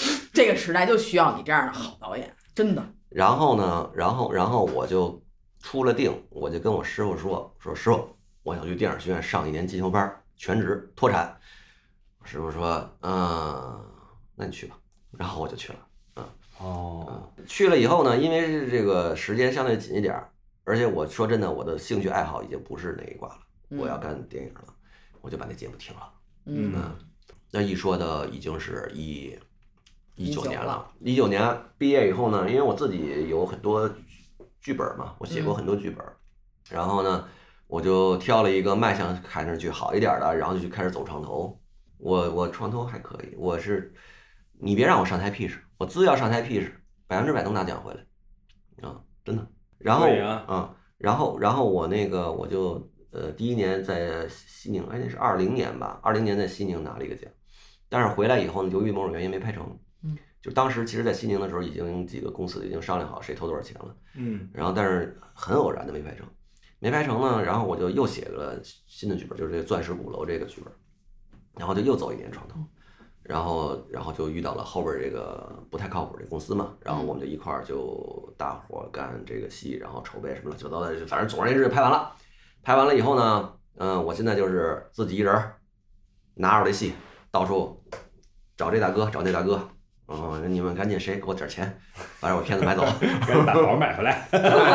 这个时代就需要你这样的好导演，真的。 然后呢，然后然后我就出了定，我就跟我师傅说说师傅，我想去电影学院上一年进修班，全职脱产。师傅说，嗯，那你去吧。然后我就去了，嗯， 哦、 嗯，去了以后呢，因为是这个时间相对紧一点，而且我说真的，我的兴趣爱好已经不是那一挂了， 嗯、 我要干电影了，我就把那节目停了。 嗯， 嗯，那一说的已经是一一九年了，一九年毕业以后呢，因为我自己有很多剧本嘛，我写过很多剧本，嗯、然后呢，我就挑了一个卖相看上去好一点的，然后就去开始走创投。我我创投还可以，我是你别让我上台 pitch， 我只要上台 pitch， 百分之百能拿奖回来，啊，真的。然后啊、嗯，然后然后我那个我就呃第一年在西宁，哎那是二零年吧，二零年在西宁拿了一个奖，但是回来以后呢，由于某种原因没拍成。 嗯， 就当时其实，在西宁的时候，已经几个公司已经商量好谁投多少钱了。 嗯， 然后但是很偶然的没拍成，没拍成呢，然后我就又写了新的剧本，就是这个《钻石鼓楼》这个剧本，然后就又走一年创投，然后然后就遇到了后边这个不太靠谱的公司嘛，然后我们就一块儿就大伙干这个戏，然后筹备什么乱七八糟的，反正总而言之拍完了。拍完了以后呢，嗯，我现在就是自己一人拿着这戏到处。找这大哥，找那大哥，嗯，你们赶紧谁给我点钱，把我片子买走， 赶紧把房买回来。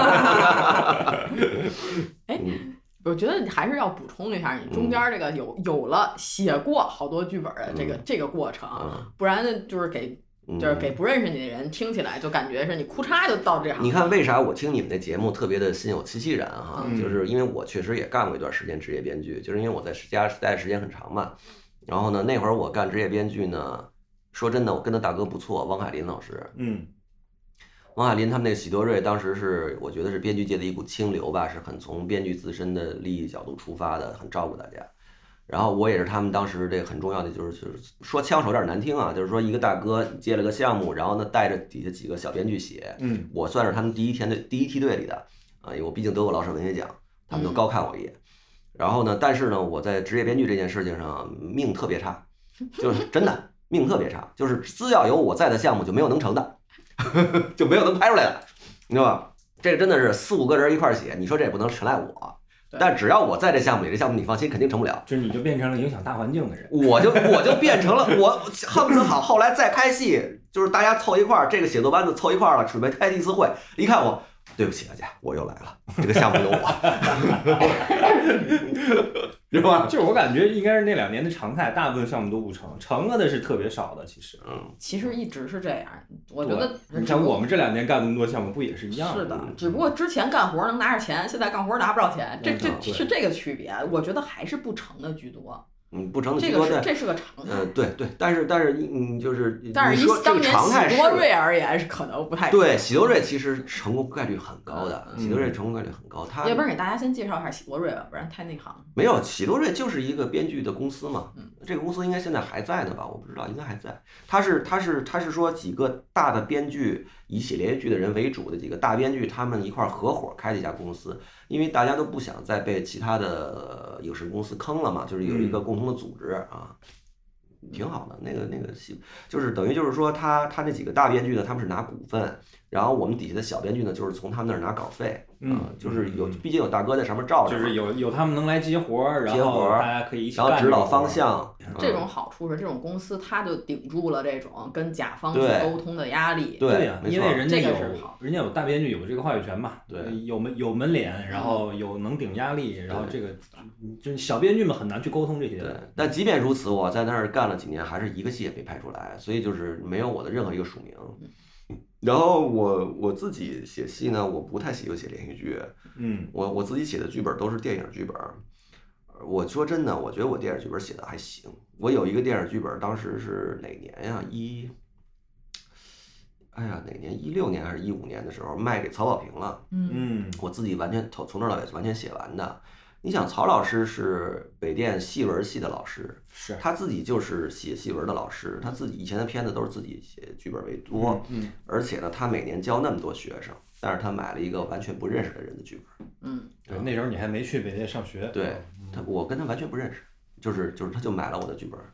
哎，我觉得你还是要补充一下，你中间这个有有了写过好多剧本的这个、嗯、这个过程，不然呢就是给就是给不认识你的人听起来就感觉是你哭嚓就到这行。 你看为啥我听你们的节目特别的心有戚戚然哈？ 嗯、 就是因为我确实也干过一段时间职业编剧，就是因为我在家待的时间很长嘛。然后呢，那会儿我干职业编剧呢，说真的，我跟他大哥不错，汪海林老师。 嗯， 汪海林他们那个喜多瑞，当时是我觉得是编剧界的一股清流吧，是很从编剧自身的利益角度出发的，很照顾大家。然后我也是他们当时这个很重要的，就是就是说枪手有点难听啊，就是说一个大哥接了个项目，然后呢带着底下几个小编剧写。 嗯， 我算是他们第一天队第一梯队里的啊，因为我毕竟得过老舍文学奖，他们都高看我一眼。然后呢，但是呢，我在职业编剧这件事情上命特别差，就是真的命特别差，就是只要有我在的项目就没有能成的，就没有能拍出来的，你知道吧？这个真的是四五个人一块写，你说这也不能全赖我，但只要我在这项目里，这项目你放心肯定成不了。 就是你就变成了影响大环境的人， 我就我就变成了我恨不得好，后来再开戏，就是大家凑一块儿，这个写作班子凑一块儿了，准备开第一次会，一看我。对不起大家，我又来了，这个项目有我，是吧？ 就是我感觉应该是那两年的常态，大部分项目都不成，成了的是特别少的。其实， 嗯， 其实一直是这样。我觉得， 你像我们这两年干那么多项目，不也是一样的？ 是的，只不过之前干活能拿着钱，现在干活拿不着钱，这这是这个区别。我觉得还是不成的居多。 嗯，不成的这个是这是个常态。 呃，对对，但是但是嗯，就是但是以当年喜多瑞而言是可能不太对。喜多瑞其实成功概率很高的，喜多瑞成功概率很高。他要不然给大家先介绍一下喜多瑞吧，不然太内行。 没有，喜多瑞就是一个编剧的公司嘛，嗯，这个公司应该现在还在呢吧？我不知道，应该还在。他是他是他是说几个大的编剧以写连续剧的人为主的几个大编剧，他们一块合伙开了一家公司。因为大家都不想再被其他的影视公司坑了嘛，就是有一个共同的组织啊，挺好的。那个那个戏就是等于就是说他他那几个大编剧呢，他们是拿股份，然后我们底下的小编剧呢，就是从他们那儿拿稿费， 嗯， 就是有毕竟有大哥在上面罩着， 就是有有他们能来接活儿， 接活儿， 大家可以一起然后指导方向。 这种好处是，这种公司它就顶住了这种跟甲方去沟通的压力。 对呀，因为人家有人家有大编剧有这个话语权嘛， 对， 有门有门脸，然后有能顶压力，然后这个就是小编剧们很难去沟通这些。 对，但即便如此，我在那儿干了几年，还是一个戏也没拍出来，所以就是没有我的任何一个署名。然后我我自己写戏呢，我不太喜欢写连续剧， 嗯， 我我自己写的剧本都是电影剧本。我说真的，我觉得我电影剧本写的还行。我有一个电影剧本，当时是哪年呀？一，哎呀，哪年？一六年还是一五年的时候卖给曹保平了。 嗯， 我自己完全从从头到尾完全写完的。你想，曹老师是北电戏文系的老师， 是他自己就是写戏文的老师，他自己以前的片子都是自己写剧本为多， 嗯，嗯而且呢，他每年教那么多学生，但是他买了一个完全不认识的人的剧本， 嗯， 对，那时候你还没去北电上学， 对他，我跟他完全不认识，就是就是他就买了我的剧本，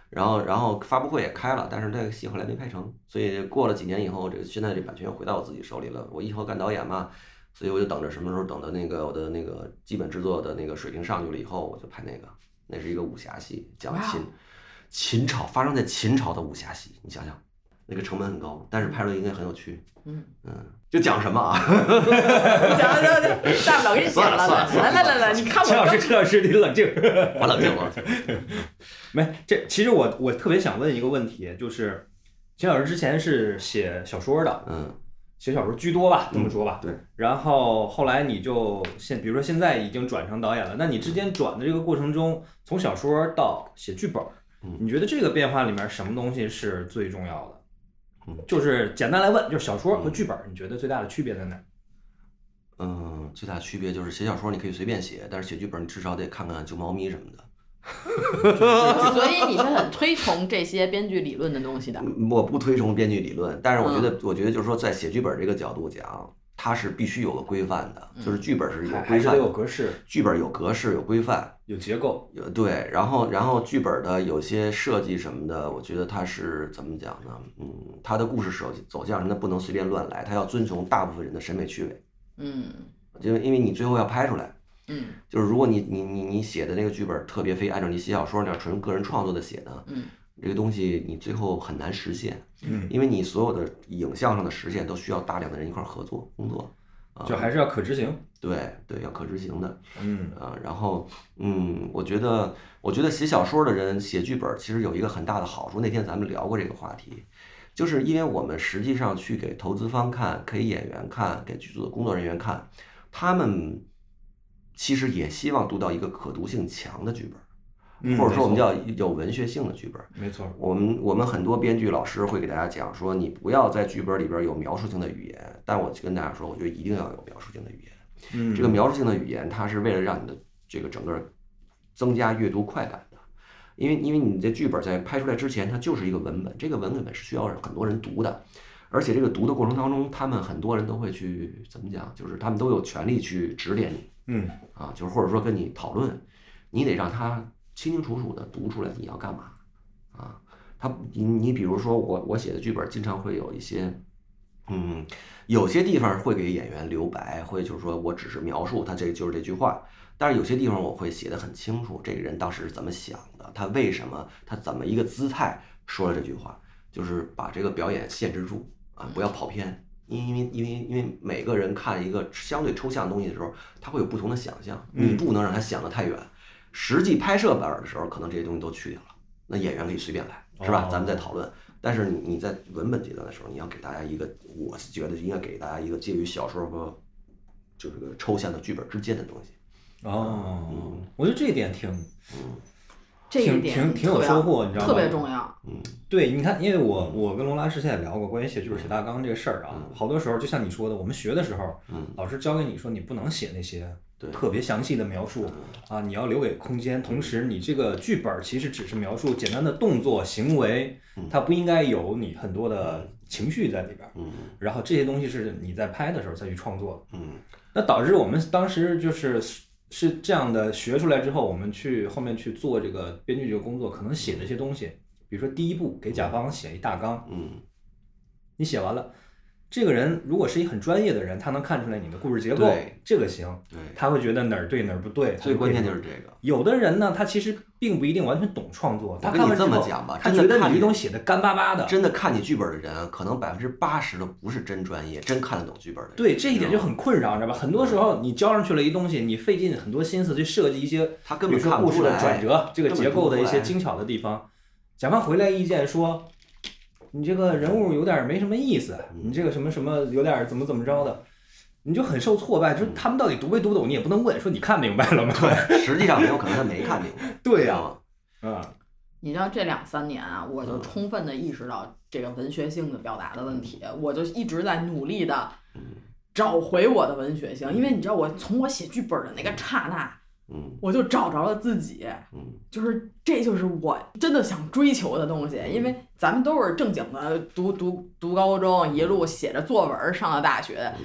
然后然后发布会也开了，但是那个戏后来没拍成，所以过了几年以后，这个现在这版权又回到我自己手里了。我以后干导演嘛，所以我就等着什么时候等到那个我的那个基本制作的那个水平上去了以后，我就拍那个，那是一个武侠戏，讲秦秦朝发生在秦朝的武侠戏，你想想。那个成本很高，但是拍出来应该很有趣。嗯嗯，就讲什么啊？ 讲讲讲，大不了给你讲了。来来来来，你看我。 陈老师，陈老师，你冷静。 我冷静了。 没，这其实我我特别想问一个问题，就是秦老师之前是写小说的， 嗯， 写小说居多吧，这么说吧。 对。 然后后来你就现，比如说现在已经转成导演了，那你之间转的这个过程中，从小说到写剧本，你觉得这个变化里面什么东西是最重要的？就是简单来问，就是小说和剧本，你觉得最大的区别在哪？ 嗯，最大的区别就是写小说你可以随便写，但是写剧本你至少得看看救猫咪什么的。 所以你是很推崇这些编剧理论的东西的？ 我不推崇编剧理论，但是我觉得，嗯、我觉得就是说，在写剧本这个角度讲，它是必须有个规范的，就是剧本是有规范的， 还是得有格式， 剧本有格式有规范。 有结构， 有对，然后然后剧本的有些设计什么的，我觉得它是怎么讲呢？嗯，它的故事走走向真的不能随便乱来，它要遵从大部分人的审美趣味。嗯，就因为你最后要拍出来。嗯，就是如果你你你你写的那个剧本特别非按照你写小说那样纯个人创作的写呢，嗯，这个东西你最后很难实现。嗯，因为你所有的影像上的实现都需要大量的人一块合作工作。 就还是要可执行， 对对，要可执行的，嗯啊，然后嗯，我觉得我觉得写小说的人写剧本其实有一个很大的好处，那天咱们聊过这个话题，就是因为我们实际上去给投资方看，给演员看，给剧组的工作人员看，他们其实也希望读到一个可读性强的剧本。或者说我们叫有文学性的剧本， 没错。 我们我们很多编剧老师会给大家讲说，你不要在剧本里边有描述性的语言，但我跟大家说，我觉得一定要有描述性的语言。嗯，这个描述性的语言，它是为了让你的这个整个增加阅读快感的，因为因为你的剧本在拍出来之前，它就是一个文本，这个文本是需要很多人读的，而且这个读的过程当中，他们很多人都会去怎么讲，就是他们都有权利去指点你，嗯，啊，就是或者说跟你讨论，你得让他清清楚楚的读出来你要干嘛啊？他你你比如说我我写的剧本经常会有一些，嗯，有些地方会给演员留白，会就是说我只是描述他这就是这句话，但是有些地方我会写得很清楚，这个人当时是怎么想的，他为什么他怎么一个姿态说了这句话，就是把这个表演限制住啊，不要跑偏。因为因为因为每个人看一个相对抽象的东西的时候，他会有不同的想象，你不能让他想得太远。实际拍摄本的时候，可能这些东西都去掉了，那演员可以随便来，是吧？咱们再讨论。但是你你在文本阶段的时候，你要给大家一个，我是觉得应该给大家一个介于小说和就是个抽象的剧本之间的东西。 哦，嗯，我觉得这一点挺， 嗯， 这一点挺挺有收获，你知道吗？ 特别重要。 嗯，对，你看，因为我我跟罗拉之前也聊过关于写剧本写大纲这个事儿啊，好多时候就像你说的，我们学的时候，嗯，老师教给你说你不能写那些特别详细的描述啊，你要留给空间。同时，你这个剧本其实只是描述简单的动作行为，它不应该有你很多的情绪在里边。嗯，然后这些东西是你在拍的时候再去创作的。嗯，那导致我们当时就是是这样的，学出来之后，我们去后面去做这个编剧这个工作，可能写的一些东西，比如说第一步给甲方写一大纲，嗯，你写完了。这个人如果是一很专业的人，他能看出来你的故事结构，这个行，对，他会觉得哪儿对哪儿不对。 最关键就是这个。 有的人呢，他其实并不一定完全懂创作，他跟你这么讲吧， 他觉得你这东西写的干巴巴的。 真的看你剧本的人，可能百分之八十都不是真专业，真看得懂剧本的人。 对，这一点就很困扰，你知道吧？很多时候你交上去了一东西，你费尽很多心思去设计一些， 他根本看不出来故事的转折，这个结构的一些精巧的地方。甲方回来意见说，你这个人物有点没什么意思，你这个什么什么有点怎么怎么着的，你就很受挫败。就是他们到底读没读懂，你也不能问，说你看明白了吗？ 对，实际上有可能他没看明白。 对呀、啊， 嗯，你知道这两三年啊，我就充分的意识到这个文学性的表达的问题，我就一直在努力的找回我的文学性，因为你知道，我从我写剧本的那个刹那。嗯，我就找着了自己，嗯，就是这就是我真的想追求的东西，因为咱们都是正经的读读读高中，一路写着作文上了大学，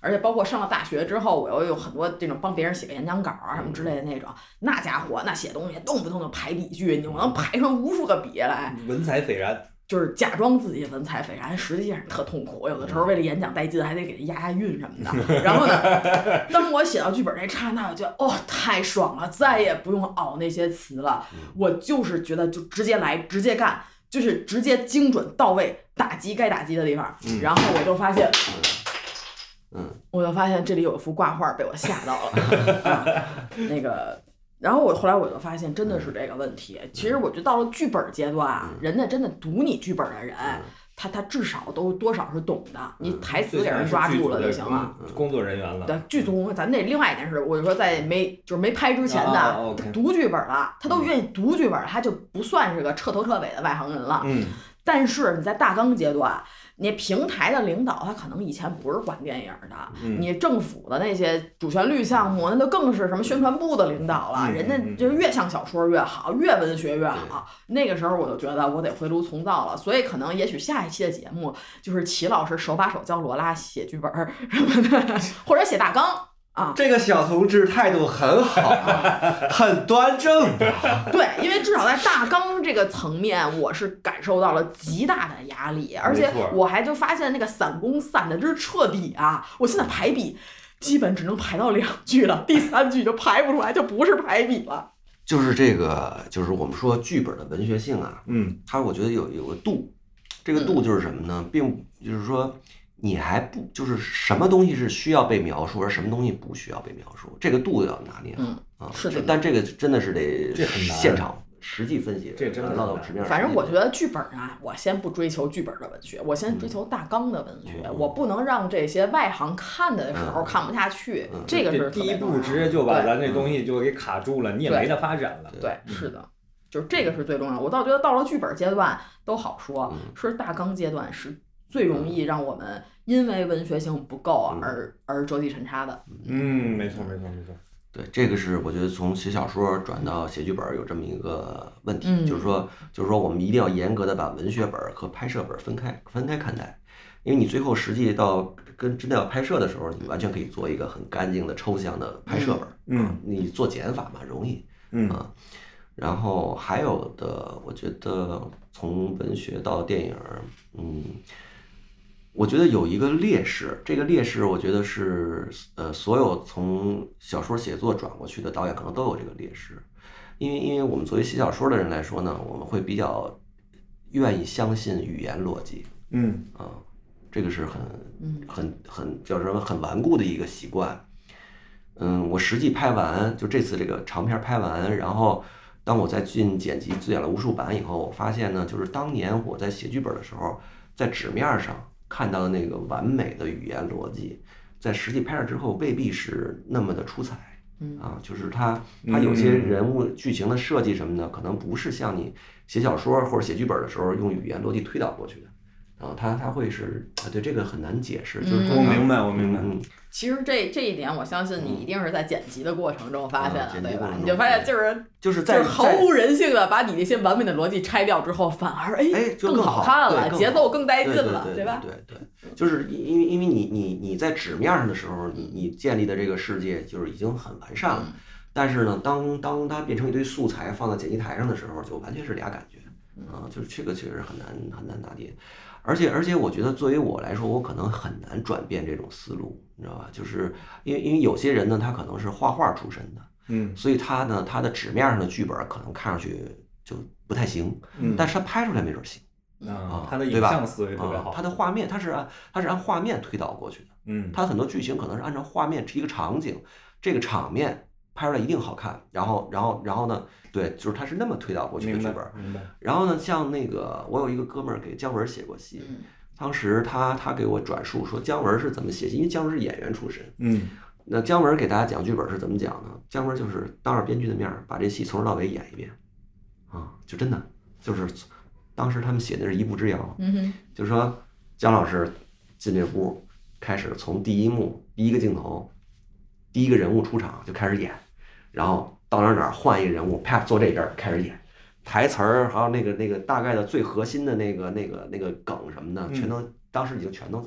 而且包括上了大学之后，我又有很多这种帮别人写个演讲稿啊什么之类的那种，那家伙那写东西动不动就排比句，你能排出无数个笔来， 文采斐然。 就是假装自己文采斐然，实际上特痛苦。有的时候为了演讲带劲，还得给他押押韵什么的。然后呢，当我写到剧本那刹那，我觉得哦太爽了，再也不用熬那些词了。我就是觉得就直接来，直接干，就是直接精准到位，打击该打击的地方。然后我就发现， 嗯， 我就发现这里有一幅挂画被我吓到了，啊、那个。然后我后来我就发现真的是这个问题。其实我觉得到了剧本阶段啊，人家真的读你剧本的人，他他至少都多少是懂的，你台词给人抓住了就行了。 工作人员了。 对，剧组咱那另外一件事，我就说在没就是没拍之前的， 啊 okay、 读剧本了，他都愿意读剧本，他就不算是个彻头彻尾的外行人了。 嗯。 但是你在大纲阶段。你平台的领导他可能以前不是管电影的， 嗯、 你政府的那些主旋律项目那就更是什么宣传部的领导了， 嗯、 人家就是越像小说越好，越文学越好。那个时候我就觉得我得回炉重造了，所以可能也许下一期的节目就是齐老师手把手教罗拉写剧本什么的，或者写大纲。啊， 这个小同志态度很好啊，很端正的。 对，因为至少在大纲这个层面，我是感受到了极大的压力，而且我还就发现那个散工散的之彻底啊！我现在排比基本只能排到两句了，第三句就排不出来，就不是排比了。 就是这个，就是我们说剧本的文学性啊， 嗯， 它我觉得有有个度，这个度就是什么呢？并就是说。你还不就是什么东西是需要被描述，而什么东西不需要被描述，这个度要拿捏好、 嗯、 啊。 是的， 但这个真的是得现场实际分析， 这真的落到纸面上。 反正我觉得剧本啊，我先不追求剧本的文学，我先追求大纲的文学， 嗯、 我不能让这些外行看的时候看不下去。 嗯、 这个是第一步，直接就把咱这东西就给卡住了，你也没得发展了。 对，对是的。就是这个是最重要的。我倒觉得到了剧本阶段都好说， 嗯、 是大纲阶段是最容易让我们因为文学性不够而、嗯、而折戟沉沙的。 嗯，没错没错没错。 对，这个是我觉得从写小说转到写剧本有这么一个问题， 嗯、 就是说就是说我们一定要严格的把文学本和拍摄本分开分开看待，因为你最后实际到跟真的要拍摄的时候，你完全可以做一个很干净的抽象的拍摄本。 嗯， 啊、你做减法嘛容易。 嗯啊。然后还有的，我觉得从文学到电影，嗯，我觉得有一个劣势，这个劣势我觉得是呃，所有从小说写作转过去的导演可能都有这个劣势，因为因为我们作为写小说的人来说呢，我们会比较愿意相信语言逻辑， 嗯啊，这个是很很很叫什么很顽固的一个习惯。嗯，我实际拍完，就这次这个长片拍完，然后。当我在进剪辑剪了无数版以后，我发现呢，就是当年我在写剧本的时候，在纸面上看到的那个完美的语言逻辑，在实际拍摄之后未必是那么的出彩。啊，就是它它有些人物剧情的设计什么的，可能不是像你写小说或者写剧本的时候用语言逻辑推导过去的。啊，它它会是啊，对这个很难解释，就是我明白我明白。 嗯， 其实这这一点，我相信你一定是在剪辑的过程中发现的， 嗯、 对吧？你就发现就是就是在就是毫无人性的把你那些完美的逻辑拆掉之后，反而哎哎更好看了，节奏更带劲了， 对吧？ 对对对，就是因为因为你你你在纸面上的时候，你你建立的这个世界就是已经很完善了， 嗯、 但是呢，当当它变成一堆素材放在剪辑台上的时候，就完全是俩感觉啊，就是这个确实很难很难拿捏。而且而且，我觉得作为我来说，我可能很难转变这种思路，你知道吧？就是因为因为有些人呢，他可能是画画出身的， 嗯， 所以他呢，他的纸面上的剧本可能看上去就不太行， 嗯， 但是他拍出来没准行， 啊，他的影像思维特别好， 他的画面他是按他是按画面推导过去的， 嗯， 他很多剧情可能是按照画面一个场景，这个场面拍出来一定好看，然后然后然后呢？对，就是他是那么推导过去的剧本。 明白。 然后呢，像那个我有一个哥们儿给姜文写过戏，当时他他给我转述说姜文是怎么写戏，因为姜文是演员出身。 嗯。 那姜文给大家讲剧本是怎么讲呢？姜文就是当着编剧的面把这戏从头到尾演一遍，啊，就真的就是当时他们写的是一步之遥。 嗯哼。 就是说姜老师进这屋开始从第一幕第一个镜头，第一个人物出场就开始演，然后。到哪哪换一个人物，啪坐这边开始演，台词儿还有那个那个大概的最核心的那个那个那个梗什么的，全都当时已经全都在了。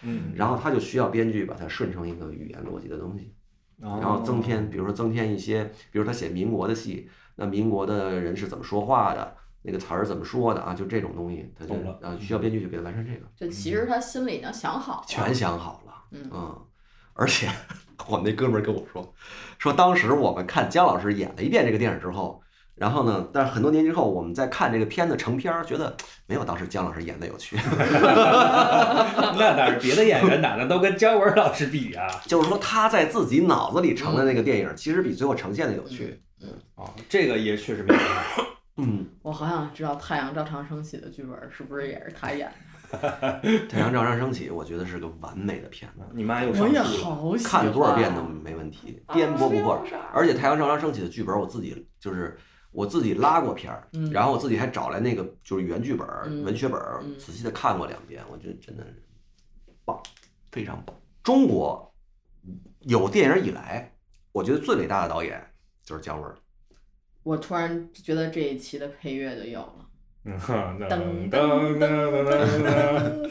嗯， 然后他就需要编剧把它顺成一个语言逻辑的东西，然后增添，比如说增添一些，比如他写民国的戏，那民国的人是怎么说话的，那个词儿怎么说的啊，就这种东西，他就啊需要编剧去给他完成这个。 就其实他心里已经想好了， 全想好了， 嗯嗯，而且我那哥们儿跟我说，说当时我们看姜老师演了一遍这个电影之后。然后呢？但是很多年之后，我们再看这个片子成片儿，觉得没有当时姜老师演的有趣。 那当然，别的演员哪能都跟姜文老师比啊？ 就是说他在自己脑子里成的那个电影，其实比最后呈现的有趣。 嗯，哦，这个也确实没办法。 嗯， 我好想知道《太阳照常升起》的剧本是不是也是他演的？ 太阳照常升起，我觉得是个完美的片子。 你妈又我也好喜欢， 看多少遍都没问题，颠簸不破。而且太阳照常升起的剧本，我自己就是。我自己拉过片儿， 嗯、 然后我自己还找来那个就是原剧本、 嗯、 文学本， 嗯、 仔细的看过两遍，我觉得真的是棒，非常棒。中国有电影以来，我觉得最伟大的导演就是姜文。 我突然觉得这一期的配乐就有了， 噔噔噔噔噔。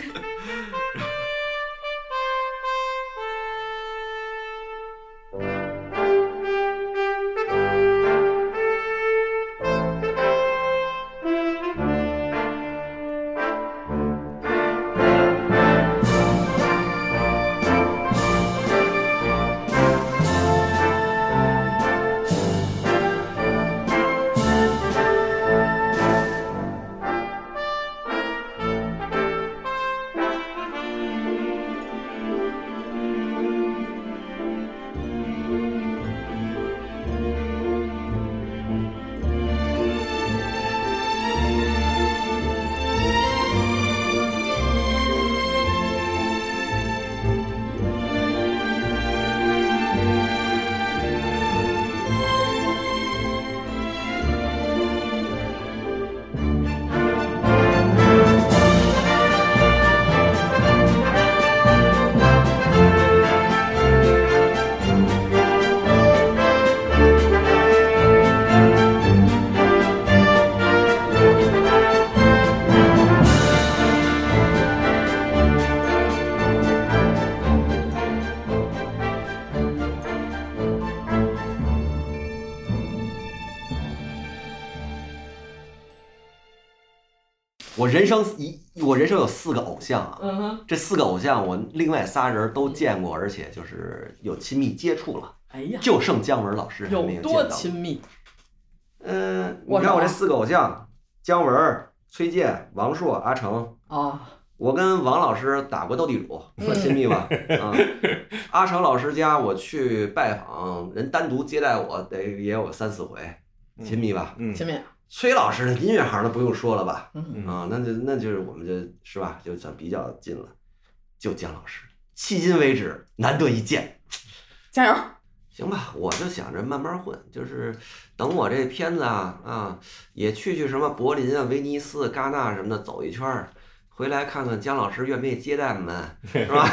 我人生一，我人生有四个偶像啊， 嗯哼， 这四个偶像我另外仨人都见过，而且就是有亲密接触了。 哎呀， 就剩姜文老师还没有有见到。 多亲密？ 嗯，你看我这四个偶像，姜文、崔健、王朔、阿成。 哦。 我跟王老师打过斗地主，算亲密吧？啊，阿成老师家我去拜访，人单独接待我，得也有三四回，亲密吧？ 嗯， 亲密。 崔老师的音乐行的不用说了吧？ 嗯啊，那就那就是我们就是吧，就算比较近了。就姜老师，迄今为止难得一见， 加油！ 行吧，我就想着慢慢混，就是等我这片子啊啊，也去去什么柏林啊、威尼斯、戛纳什么的走一圈儿。回来看看姜老师愿不愿意接待我们，是吧？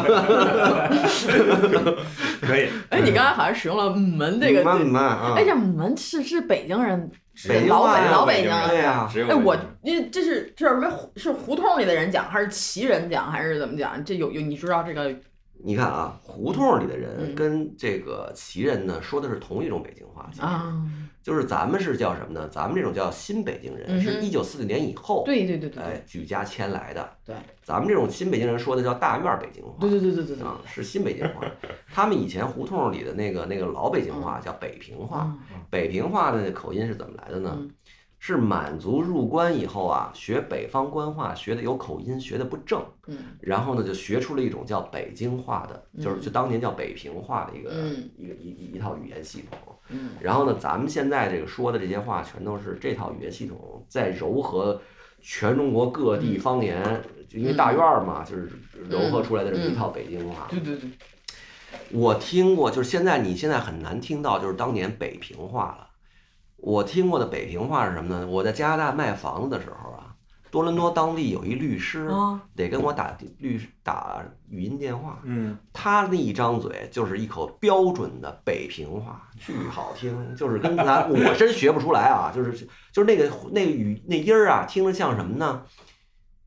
可以。 哎，你刚才好像使用了“母门”这个。 母门啊！ 哎，这母门是是北京人， 北京老北老北京人。 对呀。 哎，我因为这是这是什么？是胡同里的人讲，还是旗人讲，还是怎么讲？这有有你知道这个？ 你看啊，胡同里的人跟这个旗人呢，说的是同一种北京话。 啊。 就是咱们是叫什么呢？咱们这种叫新北京人， 嗯、 是一九四九年以后， 对对对对， 哎，举家迁来的。 对， 咱们这种新北京人说的叫大院北京话。 对对对对对对， 啊，是新北京话。他们以前胡同里的那个那个老北京话叫北平话。 嗯、 北平话的口音是怎么来的呢？ 嗯、 是满族入关以后啊，学北方官话学的有口音，学的不正。 嗯。 然后呢，就学出了一种叫北京话的， 嗯、 就是就当年叫北平话的一个、 嗯、 一个一一一套语言系统。 嗯， 然后呢，咱们现在这个说的这些话，全都是这套语言系统在糅合全中国各地方言， 嗯、 就因为大院嘛，就是糅合出来的这么一套北京话。 对对对， 我听过，就是现在你现在很难听到，就是当年北平话了。我听过的北平话是什么呢？我在加拿大卖房子的时候啊，多伦多当地有一律师， 哦、 得跟我打律打语音电话， 嗯， 他那一张嘴就是一口标准的北平话，巨好听，就是跟咱我真学不出来啊，就是就是那个那个语那音儿啊，听着像什么呢？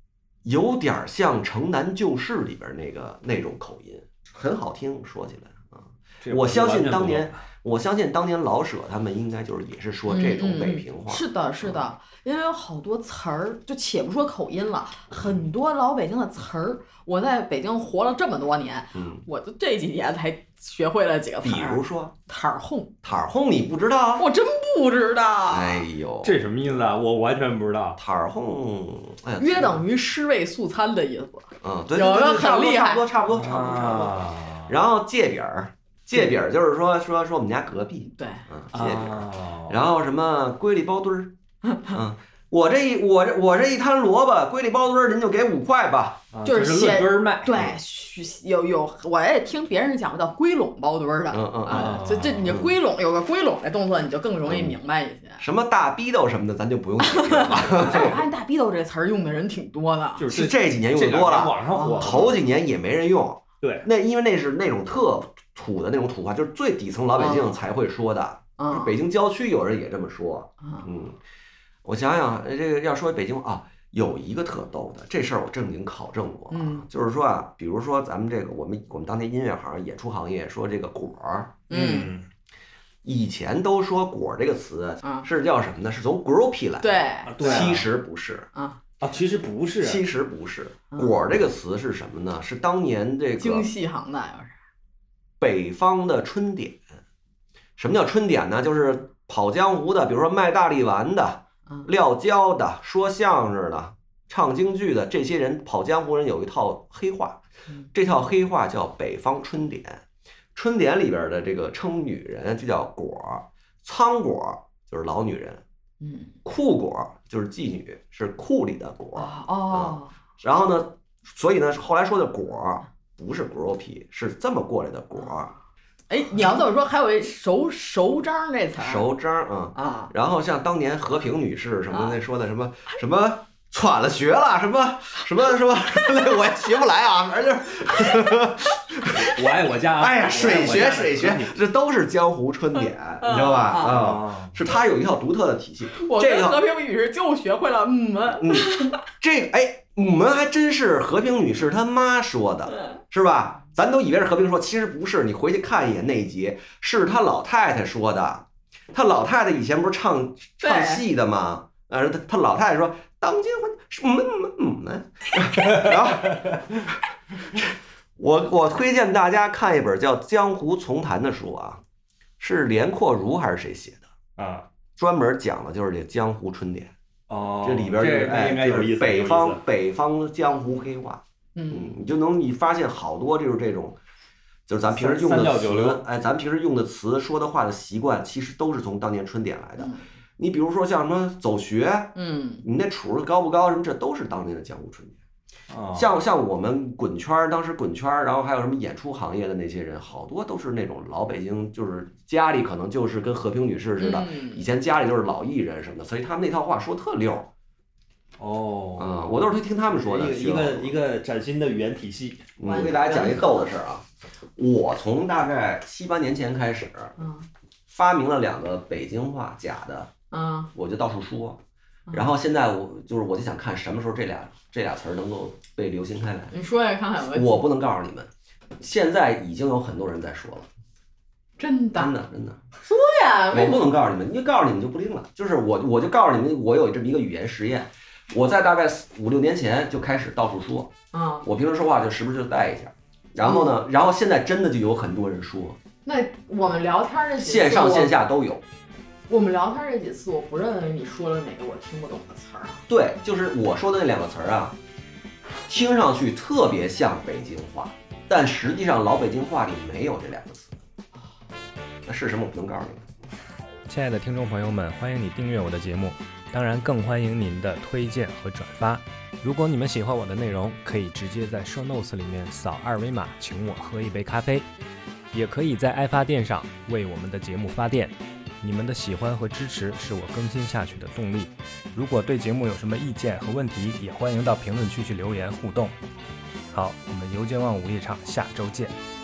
有点像《城南旧事》里边那个那种口音，很好听。说起来啊，我相信当年，我相信当年老舍他们应该就是也是说这种北平话。 嗯、是的，是的，因为有好多词儿，就且不说口音了，很多老北京的词儿，我在北京活了这么多年， 嗯， 我就这几年才学会了几个词儿。 比如说摊儿哄， 摊儿哄你不知道？ 我真不知道。 哎呦， 这什么意思啊？我完全不知道。 摊儿哄，哎呀， 约等于尸位素餐的意思。 嗯，对， 有个很厉害， 差不多，差不多，差不多，差不多。然后借饼儿，借饼儿就是说说说我们家隔壁， 对， 嗯，借饼儿。然后什么龟里包墩儿，嗯。我这一我这我这一摊萝卜，龟里包墩儿，您就给五块吧， 就是论墩儿卖。 对，有有，我也听别人讲过叫龟垄包墩儿的， 嗯嗯啊，这这你龟垄有个龟垄的动作，你就更容易明白一些。 什么大逼斗什么的，咱就不用解释了。 我发现大逼斗这词儿用的人挺多的， 就是这几年用的多了， 网上火， 头几年也没人用。 对， 那因为那是那种特土的那种土话，就是最底层老百姓才会说的。 嗯， 北京郊区有人也这么说。嗯。我想想，这个要说北京啊，有一个特逗的，这事儿我正经考证过， 嗯， 就是说啊，比如说咱们这个我们我们当年音乐行、演出行业说这个果儿， 嗯， 以前都说果儿这个词是叫什么呢？是从 groupie 来的， 对，其实不是啊啊，其实不是， 其实不是，果儿这个词是什么呢？是当年这个京戏行的，要是北方的春典。什么叫春典呢？就是跑江湖的，比如说卖大力丸的。撂跤的、说相声的、唱京剧的，这些人跑江湖人有一套黑话，这套黑话叫北方春典。春典里边的这个称女人就叫果儿，仓果就是老女人， 嗯， 库果就是妓女，是库里的果哦、 嗯。然后呢，所以呢，后来说的果不是果肉皮，是这么过来的果。 哎，你要这么说，还有一熟熟章这词儿， 熟章啊、嗯、 啊。 然后像当年和平女士什么那说的什么、啊、什么喘了学了什么什么什么，那我也学不来啊，反正就是我爱我家， 哎呀，水学水学，这都是江湖春典，你知道吧？啊、嗯，是他有一套独特的体系。 我跟和平女士就学会了嗯嗯，这个哎，我们还真是和平女士她妈说的，是吧？咱都以为是和平说，其实不是。你回去看一眼那一节，是他老太太说的。他老太太以前不是唱唱戏的吗？呃，他他老太太说当今婚嗯嗯嗯嗯，然后我我推荐大家看一本叫《江湖丛谈》的书啊，是连阔如还是谁写的啊？ 专门讲的就是这江湖春典。 哦， 这里边就是哎，应该有意思。 北方北方江湖黑话。 嗯， 你就能你发现好多就是这种，就是咱平时用的词，哎，咱平时用的词、说的话的习惯，其实都是从当年春典来的。 嗯、 你比如说像什么走学， 嗯， 你那处高不高，什么这都是当年的江湖春典。 哦、 像像我们滚圈，当时滚圈，然后还有什么演出行业的那些人，好多都是那种老北京，就是家里可能就是跟和平女士似的， 嗯、 以前家里就是老艺人什么的，所以他们那套话说特溜。 哦， 嗯，我都是听他们说的。 一个一个崭新的语言体系。 我给大家讲一逗的事儿啊，我从大概七八年前开始， 嗯， 发明了两个北京话假的， 嗯， 我就到处说，然后现在我就是我就想看什么时候这俩这俩词儿能够被流行开来。 你说呀，看看有没有。 我不能告诉你们，现在已经有很多人在说了。 真的， 真的，真的。 说呀， 我不能告诉你们，因为告诉你们就不灵了。就是我，我就告诉你们，我有这么一个语言实验。我在大概五六年前就开始到处说， 啊、嗯， 我平时说话就时不时就带一下，然后呢，嗯、然后现在真的就有很多人说。 那我们聊天这几次， 线上线下都有。 我们聊天这几次，我不认为你说了哪个我听不懂的词儿啊。 对，就是我说的那两个词儿啊，听上去特别像北京话，但实际上老北京话里没有这两个词。那是什么我不能告诉你们。 亲爱的听众朋友们，欢迎你订阅我的节目。当然更欢迎您的推荐和转发。如果你们喜欢我的内容，可以直接在 show notes 里面扫二维码请我喝一杯咖啡，也可以在爱发电上为我们的节目发电。你们的喜欢和支持是我更新下去的动力。如果对节目有什么意见和问题，也欢迎到评论区去留言互动。好，我们邮见望午夜场下周见。